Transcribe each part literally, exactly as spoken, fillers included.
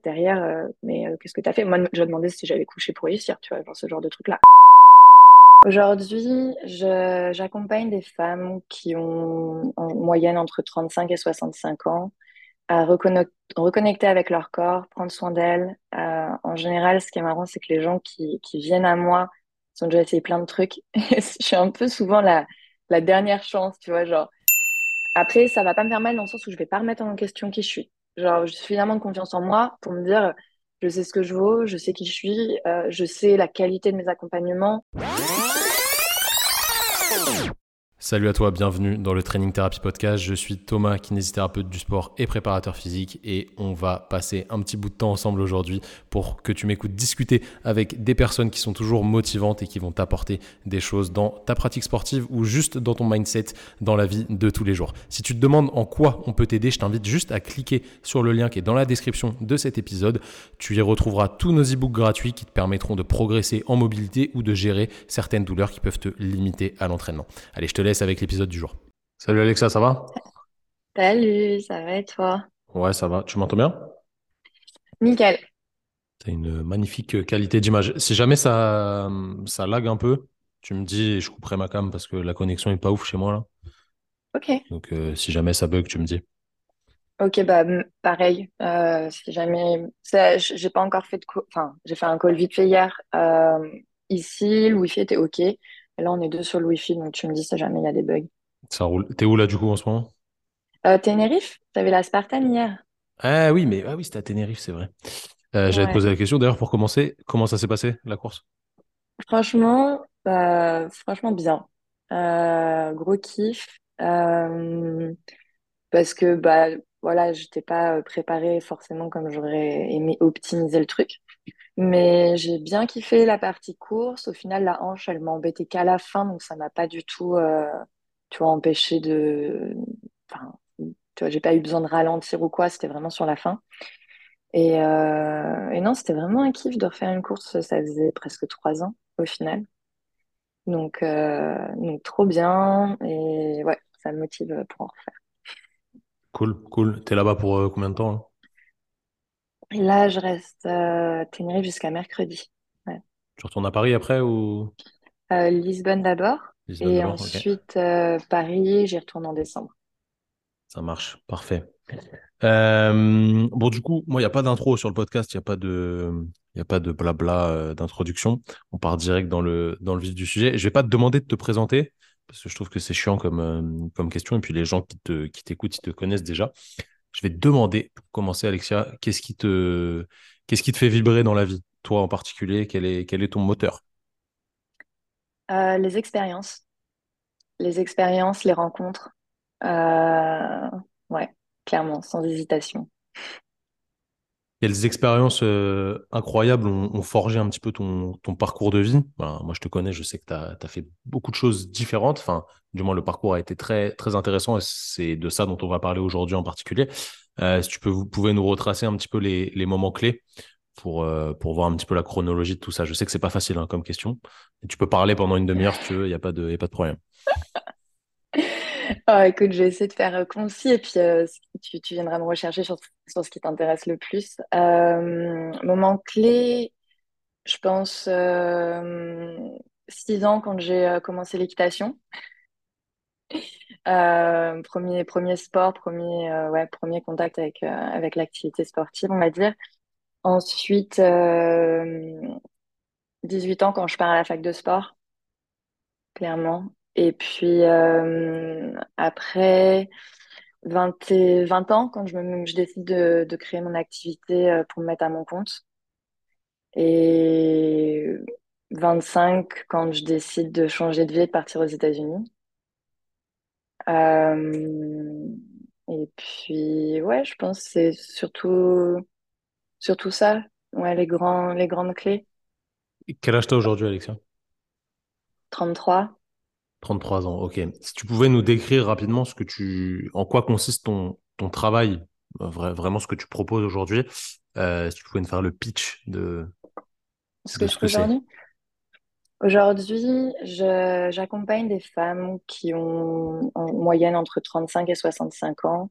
derrière, euh, mais euh, qu'est-ce que t'as fait? Moi, je demandais si j'avais couché pour réussir, tu vois, genre ce genre de truc-là. Aujourd'hui, je, j'accompagne des femmes qui ont en moyenne entre trente-cinq et soixante-cinq ans à reconnec- reconnecter avec leur corps, prendre soin d'elles. Euh, en général, ce qui est marrant, c'est que les gens qui, qui viennent à moi ils ont déjà essayé plein de trucs. Et je suis un peu souvent la, la dernière chance, tu vois, genre. Après, ça va pas me faire mal dans le sens où je vais pas remettre en question qui je suis. Genre, j'ai suffisamment de confiance en moi pour me dire, je sais ce que je vaux, je sais qui je suis, euh, je sais la qualité de mes accompagnements. Salut à toi, bienvenue dans le Training Therapy Podcast. Je suis Thomas, kinésithérapeute du sport et préparateur physique, et on va passer un petit bout de temps ensemble aujourd'hui pour que tu m'écoutes discuter avec des personnes qui sont toujours motivantes et qui vont t'apporter des choses dans ta pratique sportive ou juste dans ton mindset dans la vie de tous les jours. Si tu te demandes en quoi on peut t'aider, je t'invite juste à cliquer sur le lien qui est dans la description de cet épisode. Tu y retrouveras tous nos e-books gratuits qui te permettront de progresser en mobilité ou de gérer certaines douleurs qui peuvent te limiter à l'entraînement. Allez, je te laisse avec l'épisode du jour. Salut Alexa, ça va? Salut, ça va et toi? Ouais, ça va. Tu m'entends bien? Nickel. T'as une magnifique qualité d'image. Si jamais ça, ça lag un peu, tu me dis et je couperai ma cam parce que la connexion est pas ouf chez moi là. Ok. Donc euh, si jamais ça bug, tu me dis. Ok, bah m- pareil. Euh, si jamais, ça, j- j'ai pas encore fait de, co- enfin, j'ai fait un call vite fait hier. Euh, ici, le wifi était ok. Et là, on est deux sur le wifi, donc tu me dis si jamais il y a des bugs. Ça roule. T'es où là du coup en ce moment? Euh, Tenerife, t'avais la Spartan hier. Ah oui, mais ah oui, c'était à Tenerife, c'est vrai. Euh, j'allais te Ouais. poser la question d'ailleurs pour commencer. Comment ça s'est passé la course? Franchement, bah, franchement bien. Euh, gros kiff. Euh, parce que bah voilà, j'étais pas euh, préparée forcément comme j'aurais aimé optimiser le truc. Mais j'ai bien kiffé la partie course. Au final, la hanche, elle m'a embêtée qu'à la fin, donc ça m'a pas du tout, euh, tu vois, empêché de. Enfin, tu vois, j'ai pas eu besoin de ralentir ou quoi. C'était vraiment sur la fin. Et, euh, et non, c'était vraiment un kiff de refaire une course. Ça faisait presque trois ans au final. Donc, euh, donc trop bien. Et ouais, ça me motive pour en refaire. Cool, cool. T'es là-bas pour euh, combien de temps là? Et là, je reste euh, à Tenerife jusqu'à mercredi. Ouais. Tu retournes à Paris après ou Euh, Lisbonne d'abord. Lisbonne Et d'abord? Ok. ensuite, euh, Paris, j'y retourne en décembre. Ça marche, parfait. Euh, bon, du coup, moi, il n'y a pas d'intro sur le podcast, il n'y a pas de, il y a pas de blabla euh, d'introduction. On part direct dans le, dans le vif du sujet. Je vais pas te demander de te présenter, parce que je trouve que c'est chiant comme, euh, comme question, et puis les gens qui te, qui t'écoutent, ils te connaissent déjà. Je vais te demander, pour commencer, Alexia, qu'est-ce qui te, qu'est-ce qui te fait vibrer dans la vie? Toi en particulier, quel est, quel est ton moteur? Euh, les expériences. Les expériences, les rencontres. Euh, ouais, clairement, sans hésitation. Quelles expériences euh, incroyables ont, ont forgé un petit peu ton, ton parcours de vie? Ben, moi, je te connais, je sais que tu as fait beaucoup de choses différentes. Enfin, du moins, le parcours a été très, très intéressant et c'est de ça dont on va parler aujourd'hui en particulier. Euh, si tu peux, vous pouvez nous retracer un petit peu les, les moments clés pour, euh, pour voir un petit peu la chronologie de tout ça. Je sais que c'est pas facile hein, comme question. Et tu peux parler pendant une demi-heure si tu veux, il n'y a pas de, y a pas de problème. Ah, écoute, je vais essayer de faire euh, concis et puis euh, tu, tu viendras me rechercher sur, sur ce qui t'intéresse le plus. Euh, moment clé, je pense euh, six ans quand j'ai euh, commencé l'équitation. Euh, premier, premier sport, premier, euh, ouais, premier contact avec, euh, avec l'activité sportive, on va dire. Ensuite, euh, dix-huit ans quand je pars à la fac de sport, clairement. Et puis euh, après, vingt et vingt ans quand je, me, je décide de, de créer mon activité euh, pour me mettre à mon compte. Et vingt-cinq quand je décide de changer de vie et de partir aux États-Unis. Euh, et puis, ouais, je pense que c'est surtout, surtout ça. Ouais, les grands, les grandes clés. Et quel âge t'as aujourd'hui, Alexia? Trente-trois. Trente-trois ans, ok. Si tu pouvais nous décrire rapidement ce que tu, en quoi consiste ton, ton travail, euh, vra- vraiment ce que tu proposes aujourd'hui, euh, si tu pouvais nous faire le pitch de, Ce de que je ce que fais c'est. aujourd'hui. Aujourd'hui, je, j'accompagne des femmes qui ont en moyenne entre trente-cinq et soixante-cinq ans,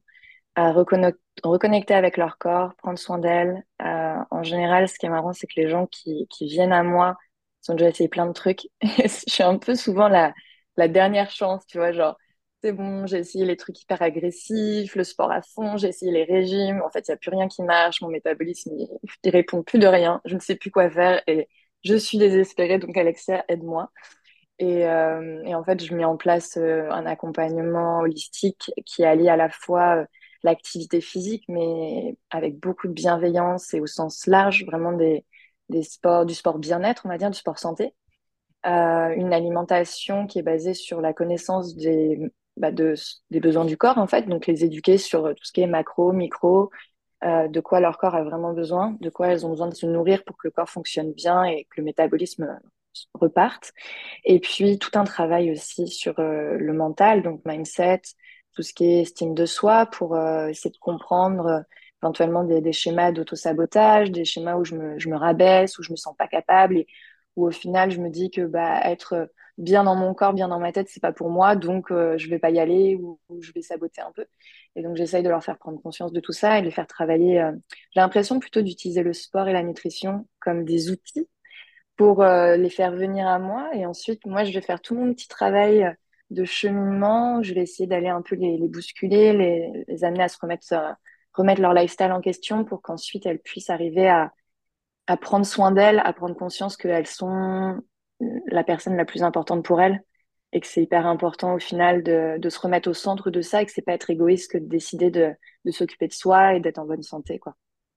à reconno- reconnecter avec leur corps, prendre soin d'elles. Euh, en général, ce qui est marrant, c'est que les gens qui, qui viennent à moi ils ont déjà essayé plein de trucs. Et je suis un peu souvent la, la dernière chance, tu vois, genre, c'est bon, j'ai essayé les trucs hyper agressifs, le sport à fond, j'ai essayé les régimes. En fait, il n'y a plus rien qui marche, mon métabolisme, il, il répond plus de rien, je ne sais plus quoi faire et je suis désespérée, donc Alexia, aide-moi. Et, euh, et en fait, je mets en place euh, un accompagnement holistique qui allie à la fois euh, l'activité physique, mais avec beaucoup de bienveillance et au sens large, vraiment des, des sports, du sport bien-être, on va dire, du sport santé. Euh, une alimentation qui est basée sur la connaissance des, bah, de, des besoins du corps, en fait, donc les éduquer sur tout ce qui est macro, micro, euh, de quoi leur corps a vraiment besoin, de quoi elles ont besoin de se nourrir pour que le corps fonctionne bien et que le métabolisme reparte. Et puis tout un travail aussi sur euh, le mental, donc mindset, tout ce qui est estime de soi pour euh, essayer de comprendre euh, éventuellement des, des schémas d'auto-sabotage, des schémas où je me, je me rabaisse, où je me sens pas capable et où au final je me dis que bah, être bien dans mon corps, bien dans ma tête, c'est pas pour moi, donc euh, je vais pas y aller ou, ou je vais saboter un peu. Et donc j'essaye de leur faire prendre conscience de tout ça et de les faire travailler. euh, J'ai l'impression plutôt d'utiliser le sport et la nutrition comme des outils pour euh, les faire venir à moi. Et ensuite, moi, je vais faire tout mon petit travail euh, de cheminement. Je vais essayer d'aller un peu les, les bousculer, les, les amener à se remettre, euh, remettre leur lifestyle en question pour qu'ensuite elles puissent arriver à, à prendre soin d'elles, à prendre conscience qu'elles sont la personne la plus importante pour elles et que c'est hyper important au final de, de se remettre au centre de ça et que c'est pas être égoïste que de décider de, de s'occuper de soi et d'être en bonne santé, quoi.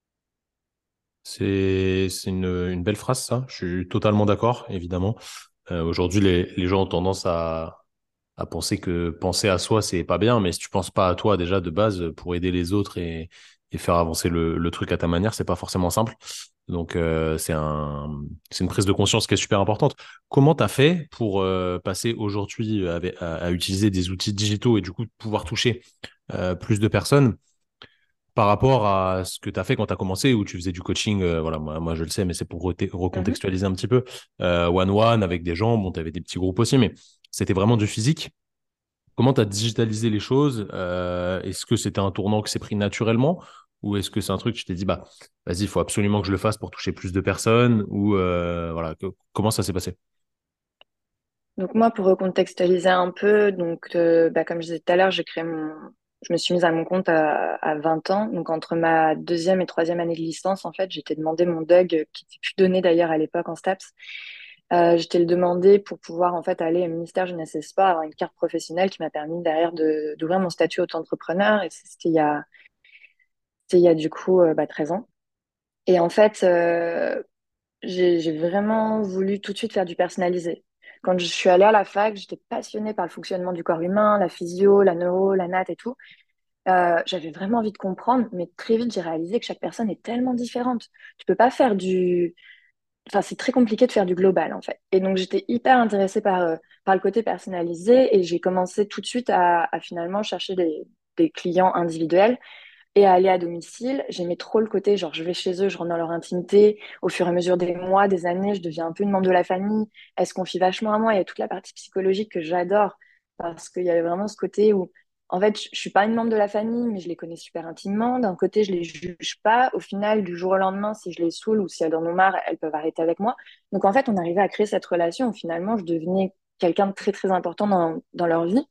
C'est, c'est une, une belle phrase, ça. Je suis totalement d'accord, évidemment. Euh, aujourd'hui, les, les gens ont tendance à, à penser que penser à soi, c'est pas bien, mais si tu penses pas à toi déjà de base pour aider les autres et, et faire avancer le, le truc à ta manière, c'est pas forcément simple. Donc, euh, c'est un, c'est une prise de conscience qui est super importante. Comment tu as fait pour euh, passer aujourd'hui avec- à, à utiliser des outils digitaux et du coup pouvoir toucher euh, plus de personnes par rapport à ce que tu as fait quand tu as commencé, où tu faisais du coaching, euh, voilà, moi, moi je le sais, mais c'est pour re- Mhm. recontextualiser un petit peu, euh, one-one avec des gens, bon, tu avais des petits groupes aussi, mais c'était vraiment du physique. Comment tu as digitalisé les choses? Euh, est-ce que c'était un tournant qui s'est pris naturellement? Ou est-ce que c'est un truc que tu t'es dit, bah, vas-y, il faut absolument que je le fasse pour toucher plus de personnes? Ou euh, voilà, que- comment ça s'est passé? Donc moi, pour recontextualiser un peu, donc euh, bah, comme je disais tout à l'heure, j'ai créé mon, je me suis mise à mon compte à, à vingt ans. Donc entre ma deuxième et troisième année de licence, en fait, j'étais demandé mon D U G, euh, qui était plus donné d'ailleurs à l'époque en STAPS. Euh, j'étais le demandé pour pouvoir en fait aller au ministère Jeunesse et Sport, avoir une carte professionnelle qui m'a permis derrière de d'ouvrir mon statut auto-entrepreneur. Et c'était il y a, c'était il y a du coup euh, bah, treize ans. Et en fait, euh, j'ai, j'ai vraiment voulu tout de suite faire du personnalisé. Quand je suis allée à la fac, j'étais passionnée par le fonctionnement du corps humain, la physio, la neuro, la nat et tout. Euh, j'avais vraiment envie de comprendre, mais très vite, j'ai réalisé que chaque personne est tellement différente. Tu peux pas faire du... Enfin, c'est très compliqué de faire du global, en fait. Et donc, j'étais hyper intéressée par, euh, par le côté personnalisé et j'ai commencé tout de suite à, à finalement chercher des, des clients individuels et à aller à domicile. J'aimais trop le côté, genre, je vais chez eux, je rentre dans leur intimité. Au fur et à mesure des mois, des années, je deviens un peu une membre de la famille. Elle se confie vachement à moi. Il y a toute la partie psychologique que j'adore parce qu'il y avait vraiment ce côté où, en fait, je, je suis pas une membre de la famille, mais je les connais super intimement. D'un côté, je les juge pas. Au final, du jour au lendemain, si je les saoule ou si elles en ont marre, elles peuvent arrêter avec moi. Donc, en fait, on arrivait à créer cette relation où finalement, je devenais quelqu'un de très, très important dans, dans leur vie,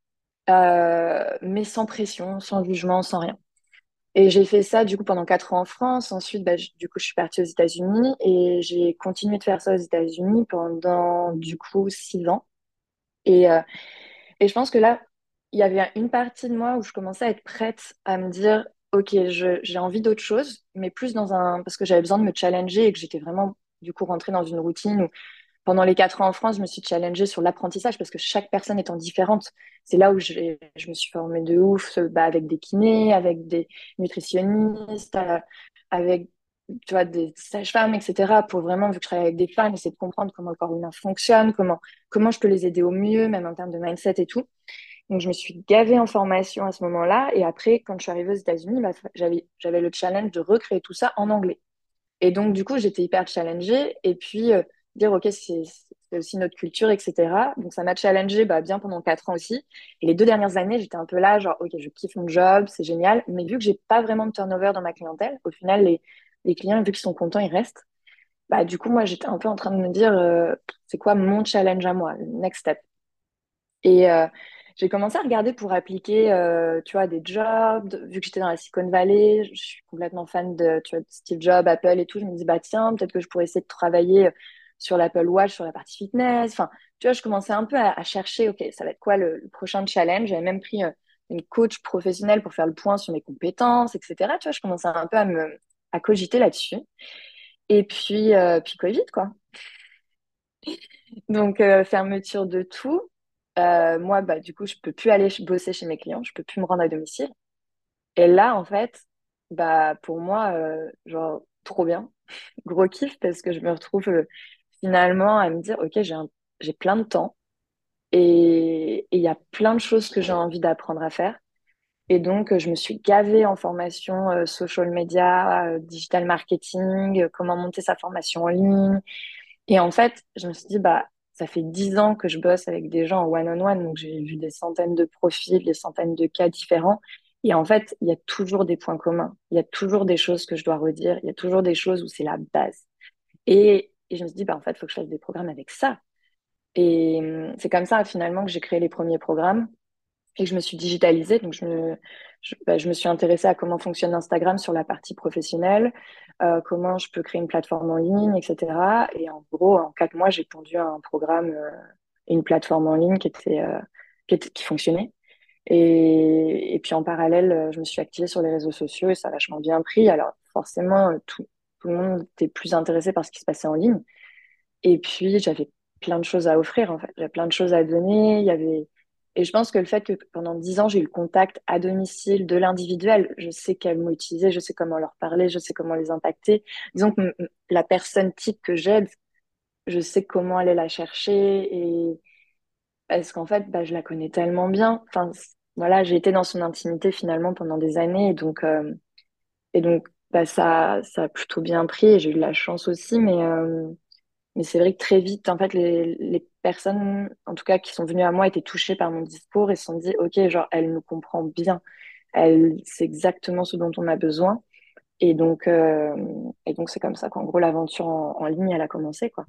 euh, mais sans pression, sans jugement, sans rien. Et j'ai fait ça du coup pendant quatre ans en France. Ensuite, bah, je- du coup, je suis partie aux États-Unis et j'ai continué de faire ça aux États-Unis pendant du coup six ans. Et, euh, et je pense que là, il y avait une partie de moi où je commençais à être prête à me dire, OK, je, j'ai envie d'autre chose, mais plus dans un... parce que j'avais besoin de me challenger et que j'étais vraiment du coup rentrée dans une routine pendant les quatre ans en France, je me suis challengée sur l'apprentissage parce que chaque personne étant différente. C'est là où j'ai- je me suis formée de ouf, euh, bah, avec des kinés, avec des nutritionnistes, euh, avec tu vois, des sages-femmes, et cetera. Pour vraiment, vu que je travaille avec des femmes, essayer de comprendre comment le corps humain fonctionne, comment, comment je peux les aider au mieux, même en termes de mindset et tout. Donc, je me suis gavée en formation à ce moment-là. Et après, quand je suis arrivée aux États-Unis, bah, j'avais, j'avais le challenge de recréer tout ça en anglais. Et donc, du coup, j'étais hyper challengée. Et puis, euh, dire, OK, c'est c'est aussi notre culture, et cetera. Donc, ça m'a challengé bah, bien pendant quatre ans aussi. Et les deux dernières années, j'étais un peu là, genre, OK, je kiffe mon job, c'est génial. Mais vu que j'ai pas vraiment de turnover dans ma clientèle, au final, les, les clients, vu qu'ils sont contents, ils restent. Bah, du coup, moi, j'étais un peu en train de me dire, euh, c'est quoi mon challenge à moi, le next step? Et euh, j'ai commencé à regarder pour appliquer, euh, tu vois, des jobs. De- Vu que j'étais dans la Silicon Valley, je suis complètement fan de, tu vois, de Steve Jobs, Apple et tout. Je me dis, bah tiens, peut-être que je pourrais essayer de travailler sur l'Apple Watch, sur la partie fitness. Enfin, tu vois, je commençais un peu à, à chercher, OK, ça va être quoi le, le prochain challenge? J'avais même pris euh, une coach professionnelle pour faire le point sur mes compétences, et cetera. Tu vois, je commençais un peu à me, à cogiter là-dessus. Et puis, euh, puis Covid, quoi. Donc, euh, fermeture de tout. Euh, moi, bah, du coup, je peux plus aller ch- bosser chez mes clients, je peux plus me rendre à domicile. Et là, en fait, bah, pour moi, euh, genre, trop bien, gros kiff, parce que je me retrouve euh, finalement à me dire, OK, j'ai un- j'ai plein de temps et et il y a plein de choses que j'ai envie d'apprendre à faire. Et donc, euh, je me suis gavée en formation euh, social media, euh, digital marketing, euh, comment monter sa formation en ligne. Et en fait, je me suis dit, bah, ça fait dix ans que je bosse avec des gens en one-on-one, donc j'ai vu des centaines de profils, des centaines de cas différents. Et en fait, il y a toujours des points communs. Il y a toujours des choses que je dois redire. Il y a toujours des choses où c'est la base. Et, et je me suis dit, bah, en fait, il faut que je fasse des programmes avec ça. Et hum, c'est comme ça, finalement, que j'ai créé les premiers programmes et que je me suis digitalisée. Donc, je me, je, bah, je me suis intéressée à comment fonctionne Instagram sur la partie professionnelle, euh, comment je peux créer une plateforme en ligne, et cetera. Et en gros, en quatre mois, j'ai pondu un programme euh, et une plateforme en ligne qui était, euh, qui était- qui fonctionnait. Et, et puis en parallèle, euh, je me suis activée sur les réseaux sociaux et ça a vachement bien pris. Alors forcément, euh, tout, tout le monde était plus intéressé par ce qui se passait en ligne. Et puis, j'avais plein de choses à offrir, en fait. J'avais plein de choses à donner. Il y avait... Et je pense que le fait que pendant dix ans, j'ai eu le contact à domicile de l'individuel, je sais quel mot utiliser, je sais comment leur parler, je sais comment les impacter. Disons que m- m- la personne type que j'aide, je sais comment aller la chercher et parce qu'en fait, bah, je la connais tellement bien. Enfin, c- voilà, j'ai été dans son intimité finalement pendant des années et donc, euh, et donc bah, ça, ça a plutôt bien pris et j'ai eu de la chance aussi, mais, euh, mais c'est vrai que très vite, en fait, les, les personnes, en tout cas, qui sont venues à moi, étaient touchées par mon discours et se sont dit, OK, genre, elle nous comprend bien. Elle sait exactement ce dont on a besoin. Et donc, euh, et donc c'est comme ça qu'en gros, l'aventure en, en ligne, elle a commencé, quoi.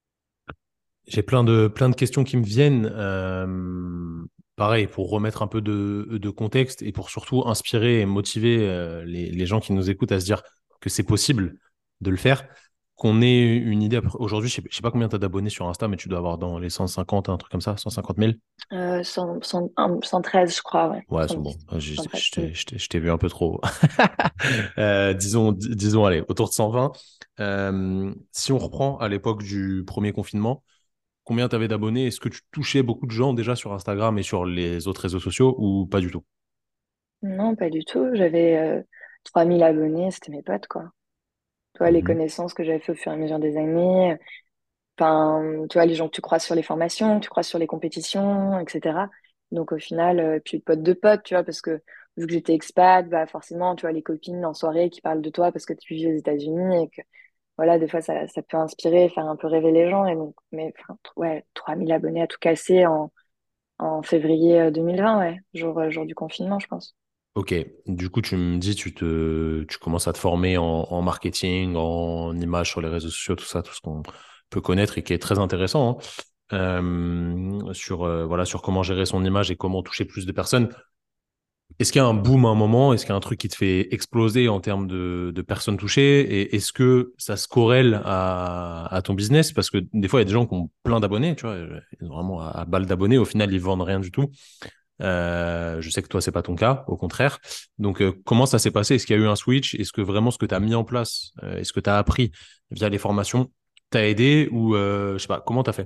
J'ai plein de, plein de questions qui me viennent. Euh, pareil, pour remettre un peu de, de contexte et pour surtout inspirer et motiver euh, les, les gens qui nous écoutent à se dire que c'est possible de le faire. Qu'on ait une idée. Après- Aujourd'hui, je sais, je sais pas combien tu as d'abonnés sur Insta, mais tu dois avoir dans les cent cinquante, un truc comme ça, cent cinquante mille. Euh, cent, cent, un- cent treize, je crois, ouais. Ouais, c'est cent dix, bon. J'ai- cent treize. Je Mm. t'ai je t'ai- je t'ai vu un peu trop. Euh, disons, dis- disons, allez, autour de cent vingt. Euh, si on reprend à l'époque du premier confinement, combien tu avais d'abonnés? Est-ce que tu touchais beaucoup de gens déjà sur Instagram et sur les autres réseaux sociaux ou pas du tout? Non, pas du tout. J'avais euh, trois mille abonnés, c'était mes potes, quoi. Toi, les Mhm. connaissances que j'avais fait au fur et à mesure des années. Enfin, tu vois, les gens que tu croises sur les formations, que tu croises sur les compétitions, et cetera. Donc au final, euh, puis pote de pote, tu vois, parce que vu que j'étais expat, bah forcément, tu vois, les copines en soirée qui parlent de toi parce que tu vis aux États-Unis et que voilà, des fois ça, ça peut inspirer, faire un peu rêver les gens. Et donc, mais enfin, t- ouais, trois mille abonnés à tout casser en, en février euh, deux mille vingt, ouais, jour, euh, jour du confinement, je pense. Ok, du coup, tu me dis, tu te, tu commences à te former en, en marketing, en images sur les réseaux sociaux, tout ça, tout ce qu'on peut connaître et qui est très intéressant, hein, euh, sur, euh, voilà, sur comment gérer son image et comment toucher plus de personnes. Est-ce qu'il y a un boom à un moment? Est-ce qu'il y a un truc qui te fait exploser en termes de, de personnes touchées? Et est-ce que ça se corrèle à, à ton business? Parce que des fois, il y a des gens qui ont plein d'abonnés, tu vois, ils ont vraiment à, à balle d'abonnés. Au final, ils vendent rien du tout. Euh, je sais que toi, c'est pas ton cas, au contraire. Donc, euh, comment ça s'est passé? Est-ce qu'il y a eu un switch? Est-ce que vraiment ce que tu as mis en place, euh, est-ce que tu as appris via les formations, t'a aidé ou euh, je sais pas, comment t'as fait?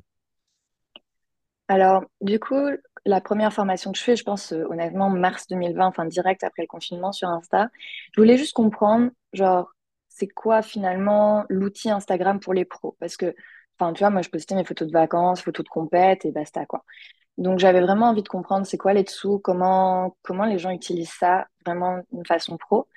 Alors, du coup, la première formation que je fais, je pense euh, honnêtement mars deux mille vingt, enfin direct après le confinement sur Insta, je voulais juste comprendre, genre, c'est quoi finalement l'outil Instagram pour les pros? Parce que, enfin, tu vois, moi je postais mes photos de vacances, photos de compète et basta quoi. Donc j'avais vraiment envie de comprendre c'est quoi les dessous, comment comment les gens utilisent ça vraiment d'une façon pro.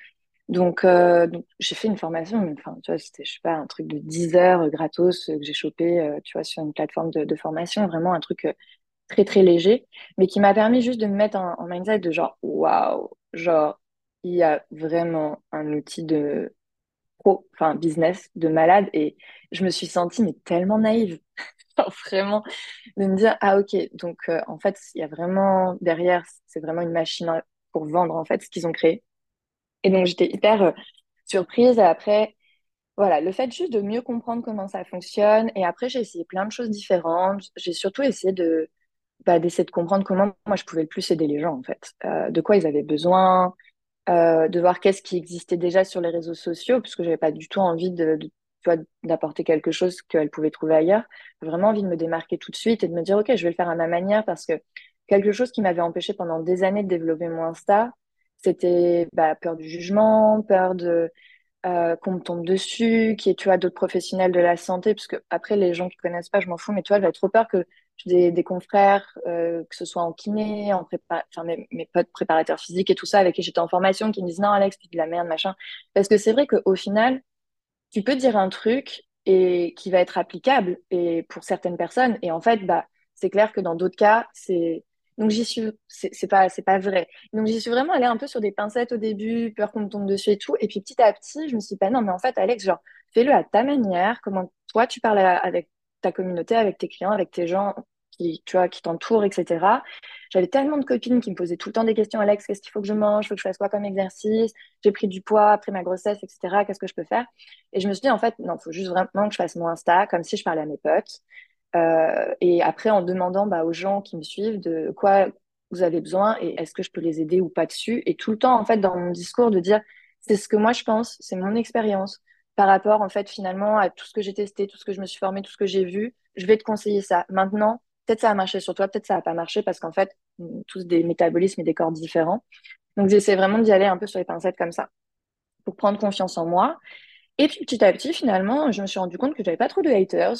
Donc, euh, donc j'ai fait une formation, mais enfin, tu vois, c'était, je sais pas, un truc de dix heures euh, gratos euh, que j'ai chopé, euh, tu vois, sur une plateforme de, de formation, vraiment un truc euh, très, très léger, mais qui m'a permis juste de me mettre en, en mindset de genre, waouh, genre, il y a vraiment un outil de pro, enfin, business de malade, et je me suis sentie, mais tellement naïve, genre, vraiment, de me dire, ah, ok, donc, euh, en fait, il y a vraiment, derrière, c'est vraiment une machine à- pour vendre, en fait, ce qu'ils ont créé. Et donc, j'étais hyper euh, surprise. Et après, voilà, le fait juste de mieux comprendre comment ça fonctionne. Et après, j'ai essayé plein de choses différentes. J'ai surtout essayé de, bah, d'essayer de comprendre comment moi je pouvais le plus aider les gens, en fait. Euh, de quoi ils avaient besoin, euh, de voir qu'est-ce qui existait déjà sur les réseaux sociaux, parce que j'avais pas du tout envie de, de- tu vois, d'apporter quelque chose qu'elles pouvaient trouver ailleurs. J'ai vraiment envie de me démarquer tout de suite et de me dire, OK, je vais le faire à ma manière, parce que quelque chose qui m'avait empêché pendant des années de développer mon Insta, c'était bah, peur du jugement, peur de euh, qu'on me tombe dessus, qui est, tu vois, d'autres professionnels de la santé, parce que après, les gens qui connaissent pas, je m'en fous, mais tu vois, j'avais trop peur que j'ai des, des confrères, euh, que ce soit en kiné, en prépa, enfin, mes, mes potes préparateurs physiques et tout ça, avec qui j'étais en formation, qui me disent non, Alex, tu dis de la merde, machin. Parce que c'est vrai qu'au final, tu peux dire un truc et qui va être applicable et pour certaines personnes et en fait bah c'est clair que dans d'autres cas c'est donc j'y suis c'est c'est pas c'est pas vrai donc j'y suis vraiment allée un peu sur des pincettes au début, peur qu'on me tombe dessus et tout, et puis petit à petit je me suis dit bah non mais en fait Alex, genre fais-le à ta manière, comment toi tu parles à- avec ta communauté, avec tes clients, avec tes gens qui tu vois qui t'entourent, etc. J'avais tellement de copines qui me posaient tout le temps des questions: Alex, qu'est-ce qu'il faut que je mange, faut que je fasse quoi comme exercice, j'ai pris du poids après ma grossesse, etc., qu'est-ce que je peux faire? Et je me suis dit, en fait, non, il faut juste vraiment que je fasse mon Insta comme si je parlais à mes potes. Euh, et après, en demandant bah, aux gens qui me suivent de quoi vous avez besoin et est-ce que je peux les aider ou pas dessus. Et tout le temps, en fait, dans mon discours, de dire, c'est ce que moi je pense, c'est mon expérience par rapport, en fait, finalement, à tout ce que j'ai testé, tout ce que je me suis formé, tout ce que j'ai vu. Je vais te conseiller ça. Maintenant, peut-être ça a marché sur toi, peut-être ça n'a pas marché parce qu'en fait, on a tous des métabolismes et des corps différents. Donc, j'essaie vraiment d'y aller un peu sur les pincettes comme ça pour prendre confiance en moi. Et puis petit à petit, finalement, je me suis rendu compte que j'avais pas trop de haters,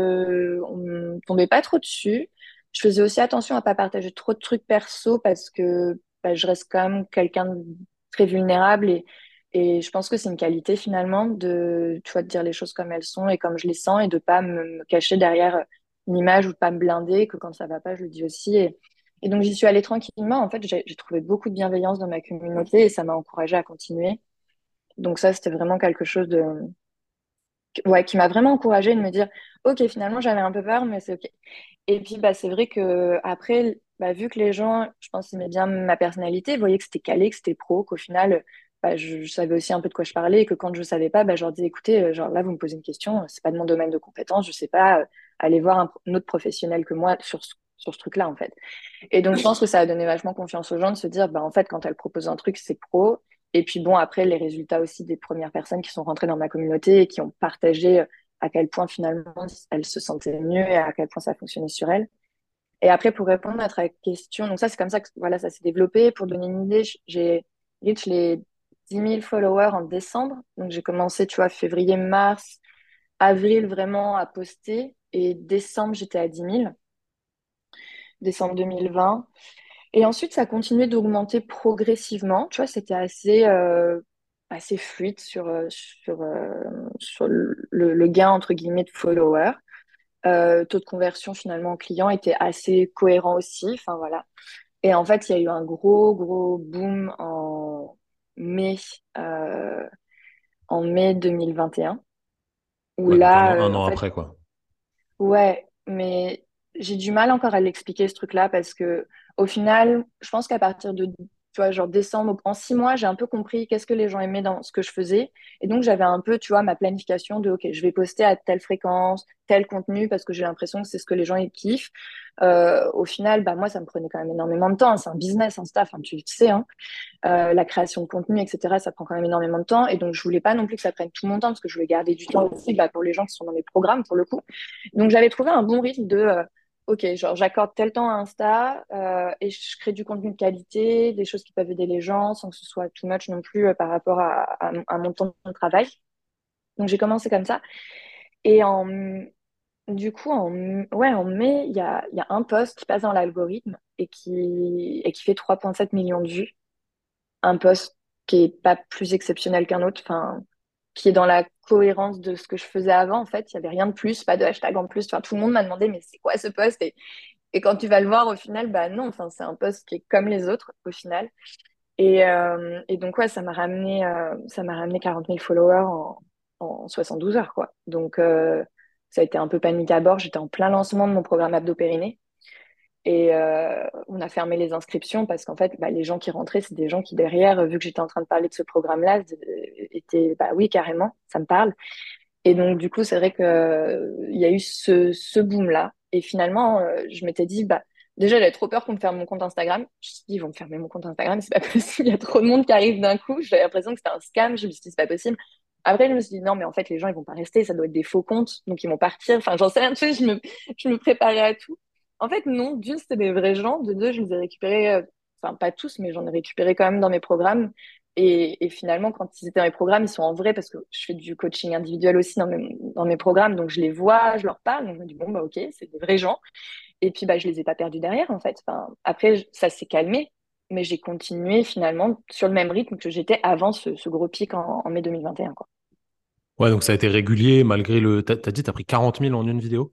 que on me tombait pas trop dessus. Je faisais aussi attention à pas partager trop de trucs perso parce que bah, je reste quand même quelqu'un de très vulnérable, et, et je pense que c'est une qualité finalement de, tu vois, de dire les choses comme elles sont et comme je les sens et de pas me, me cacher derrière une image ou de pas me blinder, que quand ça va pas, je le dis aussi. Et, et donc j'y suis allée tranquillement. En fait, j'ai j'ai trouvé beaucoup de bienveillance dans ma communauté et ça m'a encouragée à continuer. Donc ça, c'était vraiment quelque chose de, ouais, qui m'a vraiment encouragée de me dire, ok, finalement, j'avais un peu peur, mais c'est ok. Et puis, bah, c'est vrai que après, bah, vu que les gens, je pense, aimaient bien ma personnalité, voyaient que c'était calé, que c'était pro, qu'au final, bah, je, je savais aussi un peu de quoi je parlais, et que quand je savais pas, bah, je leur disais, écoutez, euh, genre là, vous me posez une question, c'est pas de mon domaine de compétence, je sais pas, euh, allez voir un, un autre professionnel que moi sur ce, sur ce truc-là, en fait. Et donc, je pense que ça a donné vachement confiance aux gens de se dire, bah, en fait, quand elle propose un truc, c'est pro. Et puis, bon, après, les résultats aussi des premières personnes qui sont rentrées dans ma communauté et qui ont partagé à quel point finalement elles se sentaient mieux et à quel point ça fonctionnait sur elles. Et après, pour répondre à ta question, donc ça, c'est comme ça que voilà, ça s'est développé. Pour donner une idée, j'ai reach les dix mille followers en décembre. Donc, j'ai commencé, tu vois, février, mars, avril vraiment à poster. Et décembre, j'étais à dix mille, décembre deux mille vingt. Et ensuite, ça a continué d'augmenter progressivement. Tu vois, c'était assez, euh, assez fluide sur, euh, sur, euh, sur le, le gain, entre guillemets, de followers. Euh, taux de conversion finalement en client était assez cohérent aussi. Enfin, voilà. Et en fait, il y a eu un gros, gros boom en mai, euh, en mai deux mille vingt et un, où Ouais, donc un là, an, un euh, en an fait, après, quoi. ouais, mais j'ai du mal encore à l'expliquer ce truc-là parce que au final, je pense qu'à partir de, tu vois, genre décembre, en six mois, j'ai un peu compris qu'est-ce que les gens aimaient dans ce que je faisais. Et donc, j'avais un peu, tu vois, ma planification de, OK, je vais poster à telle fréquence, tel contenu parce que j'ai l'impression que c'est ce que les gens ils kiffent. Euh, au final, bah, moi, ça me prenait quand même énormément de temps. C'est un business, un staff, hein, tu le sais, hein. Euh, la création de contenu, et cetera, ça prend quand même énormément de temps. Et donc, je voulais pas non plus que ça prenne tout mon temps parce que je voulais garder du temps aussi bah, pour les gens qui sont dans mes programmes, pour le coup. Donc, j'avais trouvé un bon rythme de, euh, OK, genre, j'accorde tel temps à Insta euh, et je crée du contenu de qualité, des choses qui peuvent aider les gens sans que ce soit too much non plus euh, par rapport à, à, à mon temps de travail. Donc, j'ai commencé comme ça. Et en, du coup, en, ouais, en mai, il y a, il y a un post qui passe dans l'algorithme et qui, et qui fait trois virgule sept millions de vues. Un post qui est pas plus exceptionnel qu'un autre, enfin, qui est dans la cohérence de ce que je faisais avant, en fait. Il y avait rien de plus, pas de hashtag en plus. Enfin, tout le monde m'a demandé, mais c'est quoi ce post? Et, et quand tu vas le voir, au final, bah non, enfin, c'est un post qui est comme les autres, au final. Et, euh, et donc, ouais, ça m'a ramené, euh, ça m'a ramené quarante mille followers en, en soixante-douze heures, quoi. Donc, euh, ça a été un peu panique à bord. J'étais en plein lancement de mon programme Abdo Périnée. Et euh, on a fermé les inscriptions parce qu'en fait, bah, les gens qui rentraient, c'est des gens qui, derrière, vu que j'étais en train de parler de ce programme-là, euh, étaient, bah oui, carrément, ça me parle. Et donc, du coup, c'est vrai que, euh, il y a eu ce, ce boom-là. Et finalement, euh, je m'étais dit, bah, déjà, j'avais trop peur qu'on me ferme mon compte Instagram. Je me suis dit, ils vont me fermer mon compte Instagram, c'est pas possible. Il y a trop de monde qui arrive d'un coup. J'avais l'impression que c'était un scam. Je me suis dit, c'est pas possible. Après, je me suis dit, non, mais en fait, les gens, ils vont pas rester. Ça doit être des faux comptes. Donc, ils vont partir. Enfin, j'en sais rien. Tu sais, je me, je me préparais à tout. En fait, non. D'une, c'était des vrais gens. De deux, je les ai récupérés. euh, Enfin, pas tous, mais j'en ai récupéré quand même dans mes programmes. Et, et finalement, quand ils étaient dans mes programmes, ils sont en vrai parce que je fais du coaching individuel aussi dans mes, dans mes programmes. Donc, je les vois, je leur parle. Donc, je me dis, bon, bah, OK, c'est des vrais gens. Et puis, bah, je les ai pas perdus derrière, en fait. Enfin, après, ça s'est calmé, mais j'ai continué finalement sur le même rythme que j'étais avant ce, ce gros pic en, en mai deux mille vingt et un, quoi. Ouais, donc ça a été régulier malgré le. T'as, t'as dit, t'as pris quarante mille en une vidéo?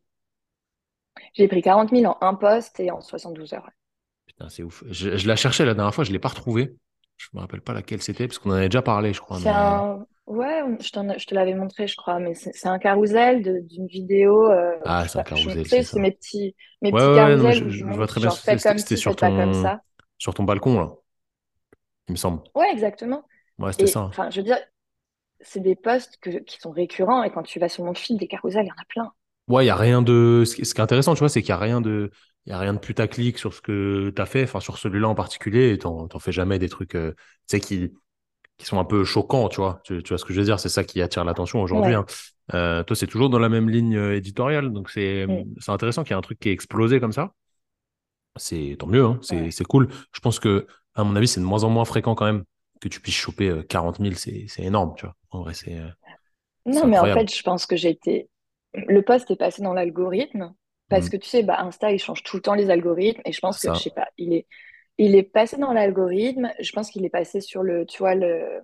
J'ai pris quarante mille en un post et en soixante-douze heures. Putain, c'est ouf. Je, je la cherchais la dernière fois, je l'ai pas retrouvée. Je me rappelle pas laquelle c'était, parce qu'on en avait déjà parlé, je crois, C'est mais. un. Ouais, je, t'en- je te l'avais montré, je crois, mais c'est c'est un carrousel de- d'une vidéo. Euh, Ah, je sais c'est un pas, je, tu carrousel, c'est sais, c'est ça. mes petits, mes Ouais, petits ouais, ouais, non, mais carousels je, où je je vois montre, très bien, genre, faites c'était comme c'était ci, sur faites pas comme ton, ça. sur ton balcon, là, il me semble. Ouais, exactement. Ouais, c'était ça, Et hein. enfin, je veux dire, c'est des posts que, qui sont récurrents et quand tu vas sur mon fil des carousels, il y en a plein. Ouais, il y a rien de. Ce qui ce qui est intéressant, tu vois, c'est qu'il y a rien de. Il y a rien de putaclic sur ce que tu as fait, enfin, sur celui-là en particulier, et t'en t'en fais jamais des trucs, euh, tu sais, qui, qui sont un peu choquants, tu vois. Tu, tu vois ce que je veux dire? C'est ça qui attire l'attention aujourd'hui, Ouais. hein. Euh, toi, c'est toujours dans la même ligne euh, éditoriale, donc c'est Mm. c'est intéressant qu'il y ait un truc qui est explosé comme ça. C'est tant mieux, hein. C'est Ouais. c'est cool. Je pense que, à mon avis, c'est de moins en moins fréquent quand même que tu puisses choper euh, quarante mille, c'est c'est énorme, tu vois. En vrai, c'est euh, c'est Non, mais en incroyable. fait, je pense que j'ai été. Le post est passé dans l'algorithme parce Mm. que tu sais, bah, Insta, il change tout le temps les algorithmes et je Ah, pense que, je ça, sais pas, il est, il est passé dans l'algorithme. Je pense qu'il est passé sur le, tu vois, le,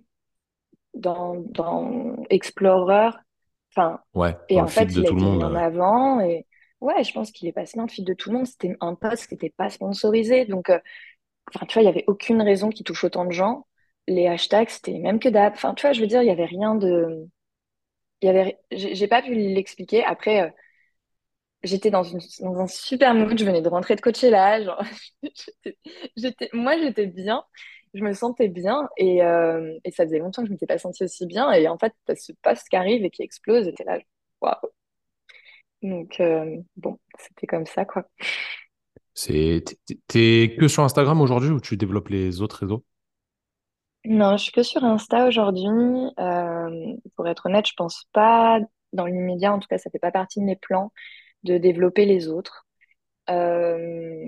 dans, dans Explorer. Enfin, ouais, et dans le en feed fait, de il a tout le été mis monde. en euh, avant et ouais, je pense qu'il est passé dans le feed de tout le monde. C'était un post qui n'était pas sponsorisé. Donc, euh, enfin, tu vois, il y avait aucune raison qu'il touche autant de gens. Les hashtags, c'était les mêmes que d'hab. Enfin, tu vois, je veux dire, il y avait rien de. Il y avait, j'ai j'ai pas pu l'expliquer. Après, euh, j'étais dans une, dans un super mood. Je venais de rentrer de coacher là. Genre, j'étais, j'étais- moi, j'étais bien. Je me sentais bien et, euh, et ça faisait longtemps que je m'étais pas sentie aussi bien. Et en fait, t'as ce post qui arrive et qui explose. Et t'es là, waouh. Donc, euh, bon, c'était comme ça, quoi. C'est, t'es t'es que sur Instagram aujourd'hui ou tu développes les autres réseaux? Non, je suis que sur Insta aujourd'hui. Euh, pour être honnête, je pense pas, dans l'immédiat, en tout cas, ça fait pas partie de mes plans de développer les autres. Euh,